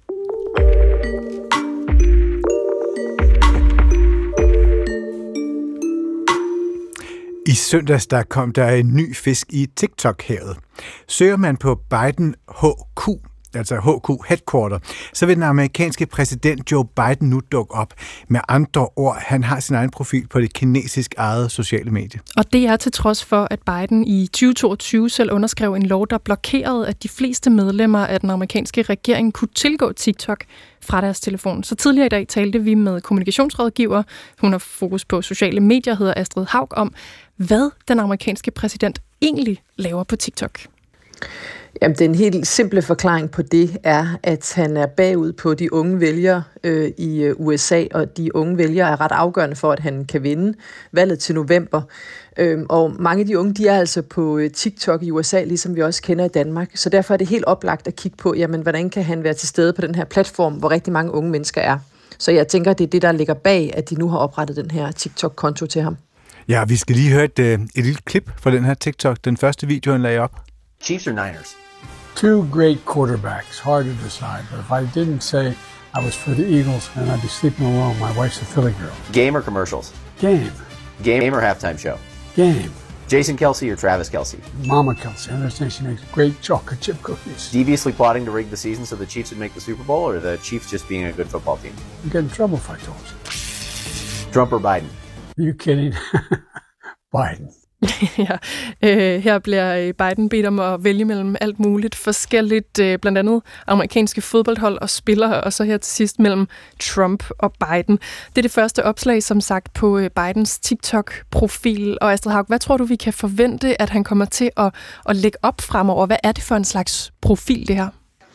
I søndags der kom der en ny fisk i TikTok-havet. Søger man på Biden H Q, altså H Q Headquarter, så vil den amerikanske præsident Joe Biden nu dukke op. Med andre ord, han har sin egen profil på det kinesisk ejede sociale medie. Og det er til trods for, at Biden i tyve toogtyve selv underskrev en lov, der blokerede, at de fleste medlemmer af den amerikanske regering kunne tilgå TikTok fra deres telefon. Så tidligere i dag talte vi med kommunikationsrådgiver, hun har fokus på sociale medier, hedder Astrid Haug, om hvad den amerikanske præsident egentlig laver på TikTok. Jamen, den helt simple forklaring på det er, at han er bagud på de unge vælgere øh, i U S A, og de unge vælgere er ret afgørende for, at han kan vinde valget til november. Øhm, og mange af de unge, de er altså på TikTok i U S A, ligesom vi også kender i Danmark. Så derfor er det helt oplagt at kigge på, jamen, hvordan kan han være til stede på den her platform, hvor rigtig mange unge mennesker er. Så jeg tænker, det er det, der ligger bag, at de nu har oprettet den her TikTok-konto til ham. Ja, vi skal lige høre et, et lille klip fra den her TikTok. Den første video, han lagde op. Chiefs or Niners? Two great quarterbacks, hard to decide. But if I didn't say I was for the Eagles, then I'd be sleeping alone. My wife's a Philly girl. Game or commercials? Game. Game or halftime show? Game. Jason Kelce or Travis Kelce? Mama Kelce. I understand she makes great chocolate chip cookies. Deviously plotting to rig the season so the Chiefs would make the Super Bowl, or the Chiefs just being a good football team? I'd get in trouble if I told you. Trump or Biden? Are you kidding? Biden. ja, øh, her bliver Biden bedt om at vælge mellem alt muligt forskelligt, øh, blandt andet amerikanske fodboldhold og spillere, og så her til sidst mellem Trump og Biden. Det er det første opslag, som sagt, på øh, Bidens TikTok-profil. Og Astrid Haug, hvad tror du, vi kan forvente, at han kommer til at, at lægge op fremover? Hvad er det for en slags profil, det her?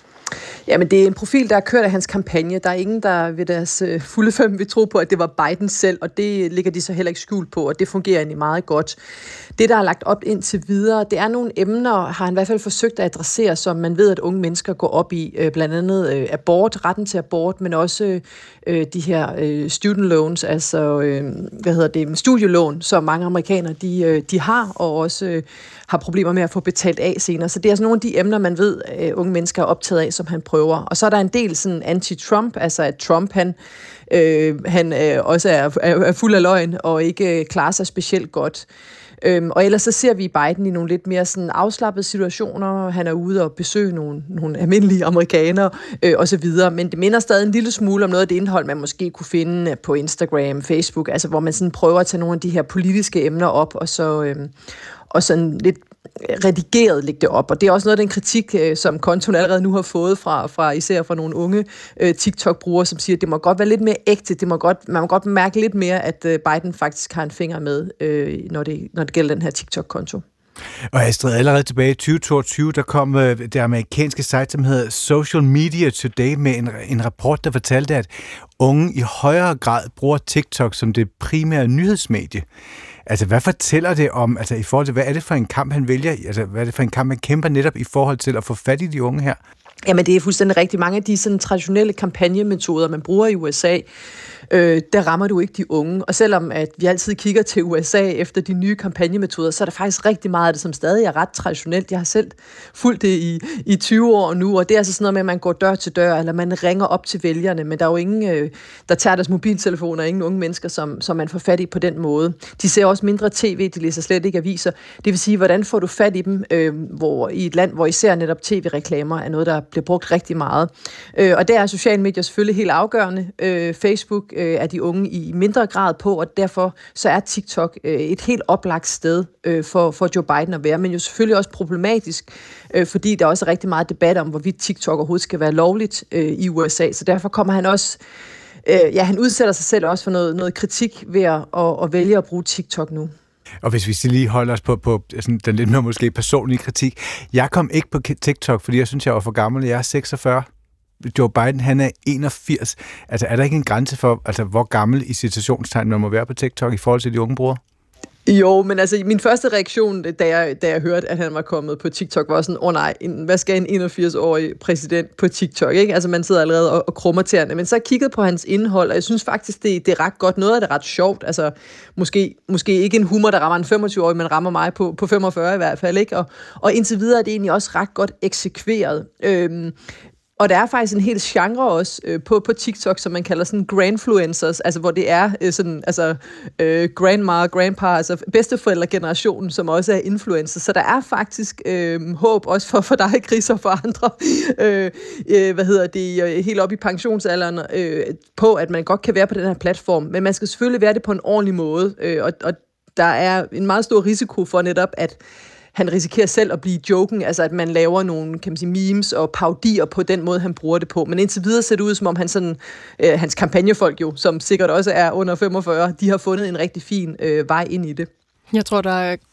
Jamen, det er en profil, der er kørt af hans kampagne. Der er ingen, der ved deres øh, fulde fem vil tro på, at det var Biden selv, og det ligger de så heller ikke skjult på, og det fungerer egentlig meget godt. Det, der er lagt op indtil videre, det er nogle emner, har han i hvert fald forsøgt at adressere, som man ved, at unge mennesker går op i. Øh, blandt andet øh, abort, retten til abort, men også øh, de her øh, student loans, altså øh, hvad hedder det, studielån, som mange amerikanere de, øh, de har, og også øh, har problemer med at få betalt af senere. Så det er altså nogle af de emner, man ved, at unge mennesker er optaget af, som han prøver. Og så er der en del sådan anti-Trump, altså at Trump, han, øh, han øh, også er, er, er fuld af løgn og ikke øh, klarer sig specielt godt. Øhm, og ellers så ser vi Biden i nogle lidt mere sådan afslappede situationer. Han er ude og besøge nogle, nogle almindelige amerikanere øh, og så videre. Men det minder stadig en lille smule om noget af det indhold, man måske kunne finde på Instagram, Facebook, altså hvor man sådan prøver at tage nogle af de her politiske emner op og så øh, og sådan lidt redigeret lægge det op. Og det er også noget af den kritik, som kontoen allerede nu har fået fra, fra især fra nogle unge øh, TikTok-brugere, som siger, at det må godt være lidt mere ægte. Det må godt, man må godt mærke lidt mere, at øh, Biden faktisk har en finger med, øh, når, det, når det gælder den her TikTok-konto. Og Astrid, allerede tilbage i tyve toogtyve, der kom øh, det amerikanske site, som hedder Social Media Today, med en, en rapport, der fortalte, at unge i højere grad bruger TikTok som det primære nyhedsmedie. Altså, hvad fortæller det om, altså i forhold til, hvad er det for en kamp, han vælger? Altså, hvad er det for en kamp, han kæmper netop i forhold til at få fat i de unge her? Jamen, det er fuldstændig rigtigt. Mange af de sådan, traditionelle kampagnemetoder, man bruger i U S A, øh, der rammer du ikke de unge. Og selvom at vi altid kigger til U S A efter de nye kampagnemetoder, så er der faktisk rigtig meget af det, som stadig er ret traditionelt. Jeg har selv fulgt det i, i tyve år nu, og det er altså sådan noget med, at man går dør til dør, eller man ringer op til vælgerne, men der er jo ingen, øh, der tager deres mobiltelefoner, ingen unge mennesker, som, som man får fat i på den måde. De ser også mindre tv, de læser slet ikke aviser. Det vil sige, hvordan får du fat i dem, øh, hvor i et land, hvor især netop tv-reklamer er noget, der bliver brugt rigtig meget. Øh, og der er sociale medier selvfølgelig helt afgørende. Øh, Facebook øh, er de unge i mindre grad på, og derfor så er TikTok øh, et helt oplagt sted øh, for, for Joe Biden at være, men jo selvfølgelig også problematisk, øh, fordi der også er rigtig meget debat om, hvorvidt TikTok overhovedet skal være lovligt øh, i U S A, så derfor kommer han også øh, ja, han udsætter sig selv også for noget, noget kritik ved at, at, at vælge at bruge TikTok nu. Og hvis vi lige holder os på, på sådan, den lidt mere måske personlige kritik. Jeg kom ikke på TikTok, fordi jeg synes, jeg var for gammel. Jeg er seksogfyrre. Joe Biden, han er enogfirs. Altså, er der ikke en grænse for, altså, hvor gammel i citationstegn man må være på TikTok i forhold til de unge brugere? Jo, men altså min første reaktion, da jeg, da jeg hørte, at han var kommet på TikTok, var sådan, åh oh, nej, en, hvad skal en enogfirs-årig præsident på TikTok, ikke? Altså man sidder allerede og, og krummer tæerne, men så jeg kiggede på hans indhold, og jeg synes faktisk, det, det er ret godt. Noget af det er ret sjovt, altså måske, måske ikke en humor, der rammer en femogtyve-årig, men rammer mig på, på femogfyrre i hvert fald, ikke? Og, og indtil videre er det egentlig også ret godt eksekveret. Øhm, Og der er faktisk en hel genre også øh, på, på TikTok, som man kalder sådan grandfluencers, altså hvor det er øh, sådan, altså øh, grandma, grandpa, altså bedsteforældregenerationen, som også er influencers. Så der er faktisk øh, håb også for, for dig, Chris, og for andre, øh, øh, hvad hedder det, øh, helt op i pensionsalderen, øh, på at man godt kan være på den her platform. Men man skal selvfølgelig være det på en ordentlig måde, øh, og, og der er en meget stor risiko for netop, at han risikerer selv at blive joken, altså at man laver nogle, kan man sige, memes og parodier på den måde, han bruger det på. Men indtil videre ser det ud, som om han sådan, øh, hans kampagnefolk jo, som sikkert også er under femogfyrre, de har fundet en rigtig fin øh, vej ind i det. Jeg tror, der er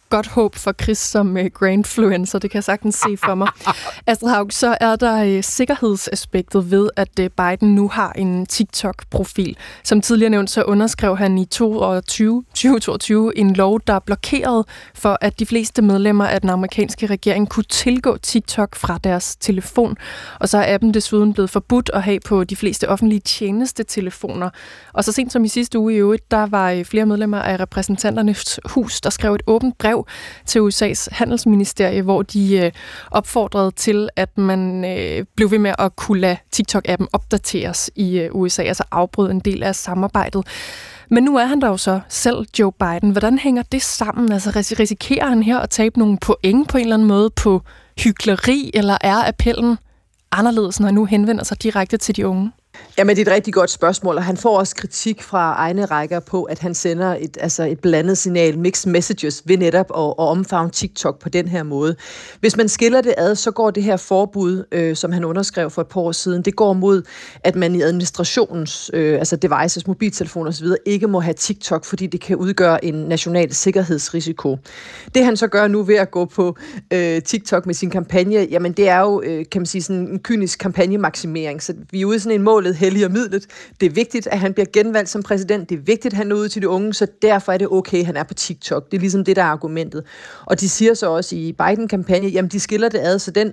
godt håb for Chris som uh, grandfluencer, det kan jeg sagtens se for mig. Astrid Haug, så er der uh, sikkerhedsaspektet ved, at uh, Biden nu har en TikTok-profil. Som tidligere nævnt, så underskrev han i tyve toogtyve en lov, der blokerede for, at de fleste medlemmer af den amerikanske regering kunne tilgå TikTok fra deres telefon. Og så er appen desuden blevet forbudt at have på de fleste offentlige tjenestetelefoner. Og så sent som i sidste uge i øvrigt, der var flere medlemmer af repræsentanternes hus, der skrev et åbent brev til U S A's handelsministerie, hvor de øh, opfordrede til, at man øh, blev ved med at kunne lade TikTok-appen opdateres i øh, U S A, altså afbryde en del af samarbejdet. Men nu er han der jo så selv, Joe Biden. Hvordan hænger det sammen? Altså risikerer han her at tabe nogle point på en eller anden måde på hykleri, eller er appellen anderledes, når han nu henvender sig direkte til de unge? Jamen, det er et rigtig godt spørgsmål, og han får også kritik fra egne rækker på, at han sender et, altså et blandet signal, mixed messages, ved netop at, at omfavne TikTok på den her måde. Hvis man skiller det ad, så går det her forbud, øh, som han underskrev for et par år siden, det går mod, at man i administrationens, øh, altså devices, mobiltelefoner osv., ikke må have TikTok, fordi det kan udgøre en national sikkerhedsrisiko. Det han så gør nu ved at gå på øh, TikTok med sin kampagne, jamen det er jo, øh, kan man sige, sådan en kynisk kampagnemaksimering, så vi er ude i sådan en mål helliger midlet. Det er vigtigt, at han bliver genvalgt som præsident. Det er vigtigt, at han når ud til de unge, så derfor er det okay, at han er på TikTok. Det er ligesom det, der er argumentet. Og de siger så også i Biden-kampagne, jamen de skiller det ad, så den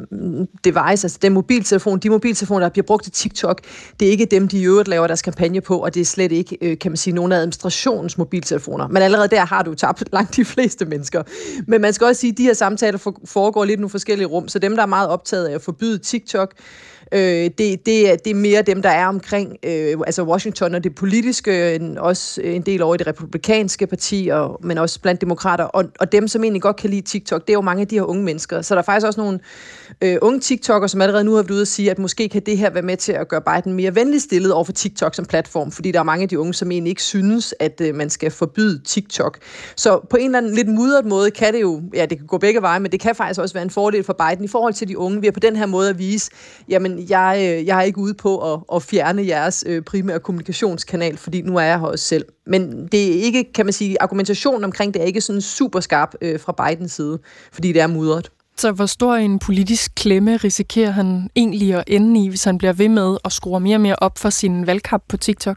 device, altså den mobiltelefon, de mobiltelefoner, der bliver brugt til TikTok, det er ikke dem, de i øvrigt laver deres kampagne på, og det er slet ikke, kan man sige, nogle af administrationens mobiltelefoner. Men allerede der har du tabt langt de fleste mennesker. Men man skal også sige, at de her samtaler foregår lidt i nogle forskellige rum, så dem, der er meget optaget af at forbyde TikTok, Øh, det, det, det er mere dem, der er omkring øh, altså Washington og det politiske, en, også en del over i det republikanske parti, og, men også blandt demokrater, og, og dem, som egentlig godt kan lide TikTok, det er jo mange af de her unge mennesker. Så der er faktisk også nogle øh, unge TikTokere, som allerede nu har været ude at sige, at måske kan det her være med til at gøre Biden mere venligt stillet over for TikTok som platform, fordi der er mange af de unge, som egentlig ikke synes, at øh, man skal forbyde TikTok. Så på en eller anden lidt mudret måde kan det jo, ja, det kan gå begge veje, men det kan faktisk også være en fordel for Biden i forhold til de unge, ved at på den her måde at vise, jamen, Jeg, jeg er ikke ude på at, at fjerne jeres øh, primære kommunikationskanal, fordi nu er jeg her også selv. Men det er ikke, kan man sige, argumentationen omkring det er ikke sådan super skarp øh, fra Bidens side, fordi det er mudret. Så hvor stor en politisk klemme risikerer han egentlig at ende i, hvis han bliver ved med at skrue mere og mere op for sin valgkamp på TikTok?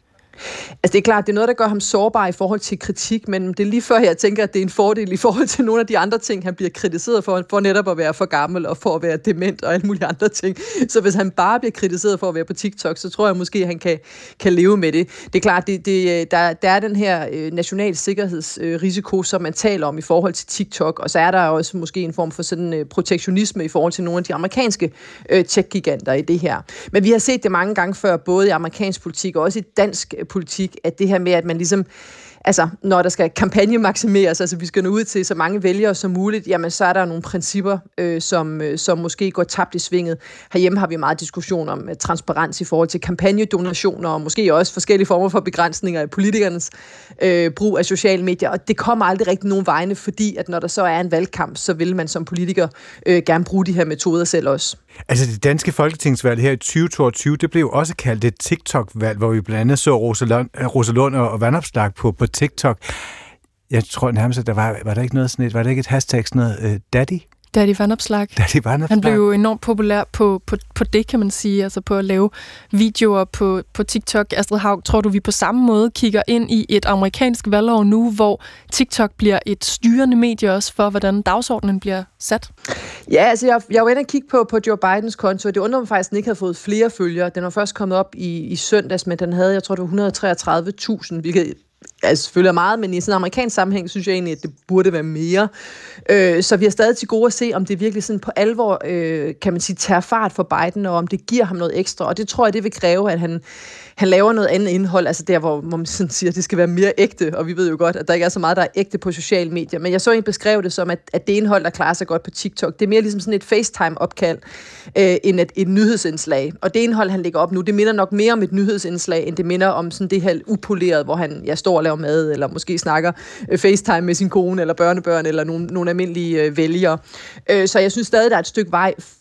Altså det er klart, det er noget, der gør ham sårbar i forhold til kritik, men det er lige før, jeg tænker, at det er en fordel i forhold til nogle af de andre ting, han bliver kritiseret for, for netop at være for gammel og for at være dement og alle mulige andre ting. Så hvis han bare bliver kritiseret for at være på TikTok, så tror jeg måske, at han kan, kan leve med det. Det er klart, det, det, der, der er den her øh, national sikkerhedsrisiko, øh, som man taler om i forhold til TikTok, og så er der også måske en form for sådan øh, protektionisme i forhold til nogle af de amerikanske øh, tech-giganter i det her. Men vi har set det mange gange før, både i amerikansk politik og også i dansk politik, at det her med, at man ligesom, altså når der skal kampagnemaksimeres, altså vi skal nå ud til så mange vælgere som muligt, jamen så er der nogle principper, øh, som, øh, som måske går tabt i svinget. Herhjemme har vi meget diskussion om øh, transparens i forhold til kampagnedonationer, og måske også forskellige former for begrænsninger af politikernes øh, brug af sociale medier, og det kommer aldrig rigtig nogen vegne, fordi at når der så er en valgkamp, så vil man som politiker øh, gerne bruge de her metoder selv også. Altså det danske folketingsvalg her i tyve toogtyve, det blev også kaldt et TikTok-valg, hvor vi blandt andet så Rosalund, Rosalund og Vandopslag på, på TikTok. Jeg tror nærmest, at der var, var der ikke noget sådan et, var der ikke et hashtag sådan noget, uh, daddy? Daddy Vandopslag. Daddy Vandopslag. Han blev jo enormt populær på, på, på det, kan man sige, altså på at lave videoer på, på TikTok. Astrid Haug, tror du, vi på samme måde kigger ind i et amerikansk valgår nu, hvor TikTok bliver et styrende medie også for, hvordan dagsordenen bliver sat? Ja, altså jeg, jeg var inde og kigge på, på Joe Bidens konto, og det undrer mig faktisk, at den ikke havde fået flere følgere. Den var først kommet op i, i søndags, men den havde, jeg tror, det var et hundrede og treogtredive tusind, hvilket altså selvfølgelig er meget, men i sådan en amerikansk sammenhæng, synes jeg egentlig, at det burde være mere. Øh, så vi har stadig til gode at se, om det virkelig sådan på alvor, øh, kan man sige, tager fart for Biden, og om det giver ham noget ekstra. Og det tror jeg, det vil kræve, at han, han laver noget andet indhold, altså der, hvor, hvor man sådan siger, at det skal være mere ægte, og vi ved jo godt, at der ikke er så meget, der er ægte på sociale medier. Men jeg så egentlig beskrev det som, at, at det indhold, der klarer sig godt på TikTok, det er mere ligesom sådan et FaceTime-opkald, øh, end et, et nyhedsindslag. Og det indhold, han lægger op nu, det minder nok mere om et nyhedsindslag, end det minder om sådan det her upoleret, hvor han jeg står og laver mad, eller måske snakker øh, FaceTime med sin kone, eller børnebørn, eller nogle, nogle almindelige øh, vælgere. Øh, så jeg synes stadig, der er et stykke vej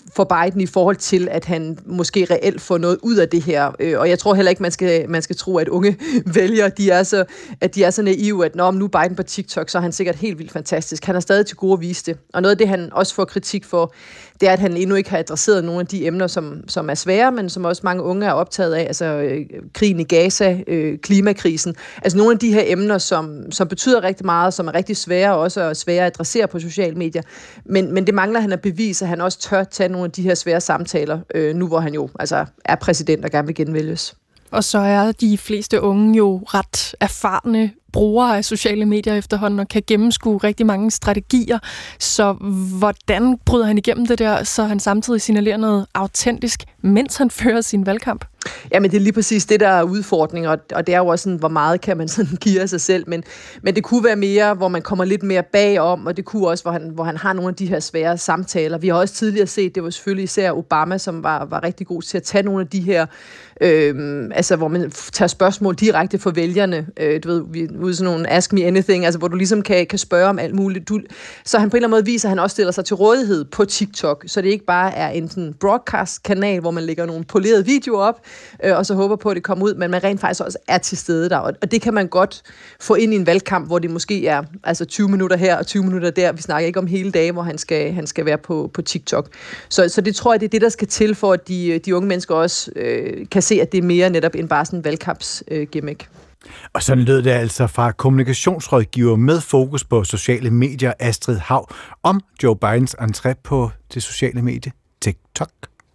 for Biden i forhold til, at han måske reelt får noget ud af det her. Øh, og jeg tror heller ikke, man skal, man skal tro, at unge vælgere, de er så, at de er så naive, at når nu er Biden på TikTok, så er han sikkert helt vildt fantastisk. Han er stadig til gode at vise det. Og noget af det, han også får kritik for, det er, at han endnu ikke har adresseret nogle af de emner, som, som er svære, men som også mange unge er optaget af, altså øh, krigen i Gaza, øh, klimakrisen. Altså nogle af de her emner, som, som betyder rigtig meget, som er rigtig svære, og også er svære at adressere på sociale medier. Men, men det mangler han at bevise, at han også tør tage nogle af de her svære samtaler, øh, nu hvor han jo altså, er præsident og gerne vil genvælges. Og så er de fleste unge jo ret erfarne brugere af sociale medier efterhånden og kan gennemskue rigtig mange strategier. Så hvordan bryder han igennem det der, så han samtidig signalerer noget autentisk, mens han fører sin valgkamp? Jamen, det er lige præcis det, der er udfordring, og, og det er jo også sådan, hvor meget kan man sådan give af sig selv, men, men det kunne være mere, hvor man kommer lidt mere bagom, og det kunne også, hvor han, hvor han har nogle af de her svære samtaler. Vi har også tidligere set, det var selvfølgelig især Obama, som var, var rigtig god til at tage nogle af de her, øh, altså hvor man tager spørgsmål direkte fra vælgerne, øh, du ved, vi ude sådan nogle ask me anything, altså hvor du ligesom kan, kan spørge om alt muligt. Du, så han på en eller anden måde viser, at han også stiller sig til rådighed på TikTok, så det ikke bare er en sådan broadcast-kanal, hvor man lægger nogle polerede videoer op, øh, og så håber på, at det kommer ud, men man rent faktisk også er til stede der, og det kan man godt få ind i en valgkamp, hvor det måske er altså tyve minutter her og tyve minutter der. Vi snakker ikke om hele dagen, hvor han skal, han skal være på, på TikTok. Så, så det tror jeg, det er det, der skal til, for at de, de unge mennesker også øh, kan se, at det er mere netop end bare sådan en valgkampsgimmick. Øh, Og sådan lød det altså fra kommunikationsrådgiver med fokus på sociale medier, Astrid Haug, om Joe Bidens entré på det sociale medie TikTok.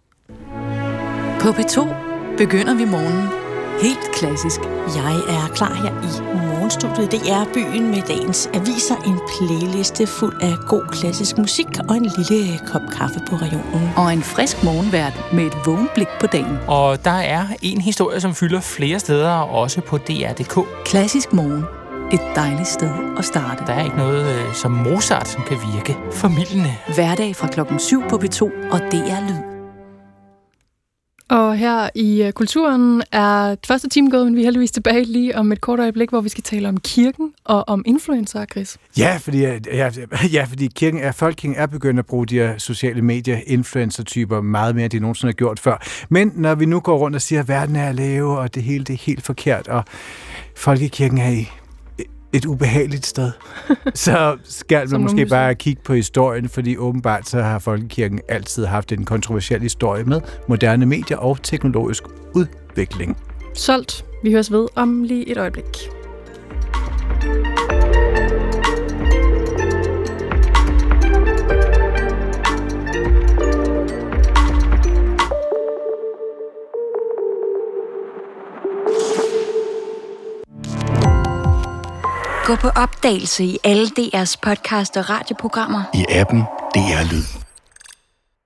På P to begynder vi morgenen helt klassisk. Jeg er klar her i morgenstudiet. Det er byen med dagens aviser, en playliste fuld af god klassisk musik og en lille kop kaffe på rajonen. Og en frisk morgenvært med et vågent blik på dagen. Og der er en historie, som fylder flere steder, også på D R punktum d k. Klassisk morgen. Et dejligt sted at starte. Der er ikke noget øh, som Mozart, som kan virke formildende. Hverdag fra klokken syv på P to og D R Lyd. Og her i uh, Kulturen er første time gået, men vi er heldigvis tilbage lige om et kort øjeblik, hvor vi skal tale om kirken og om influencer, Chris. Ja, fordi, ja, ja, fordi kirken er, folkekirken er begyndt at bruge de her sociale medier, influencer-typer meget mere, end de nogensinde har gjort før. Men når vi nu går rundt og siger, at verden er lave, og det hele det er helt forkert, og folkekirken er i et ubehageligt sted, så skal man måske bare kigge på historien, fordi åbenbart så har folkekirken altid haft en kontroversiel historie med moderne medier og teknologisk udvikling. Solgt. Vi høres ved om lige et øjeblik. Gå på opdagelse i alle D R's podcast og radioprogrammer. I appen D R Lyd.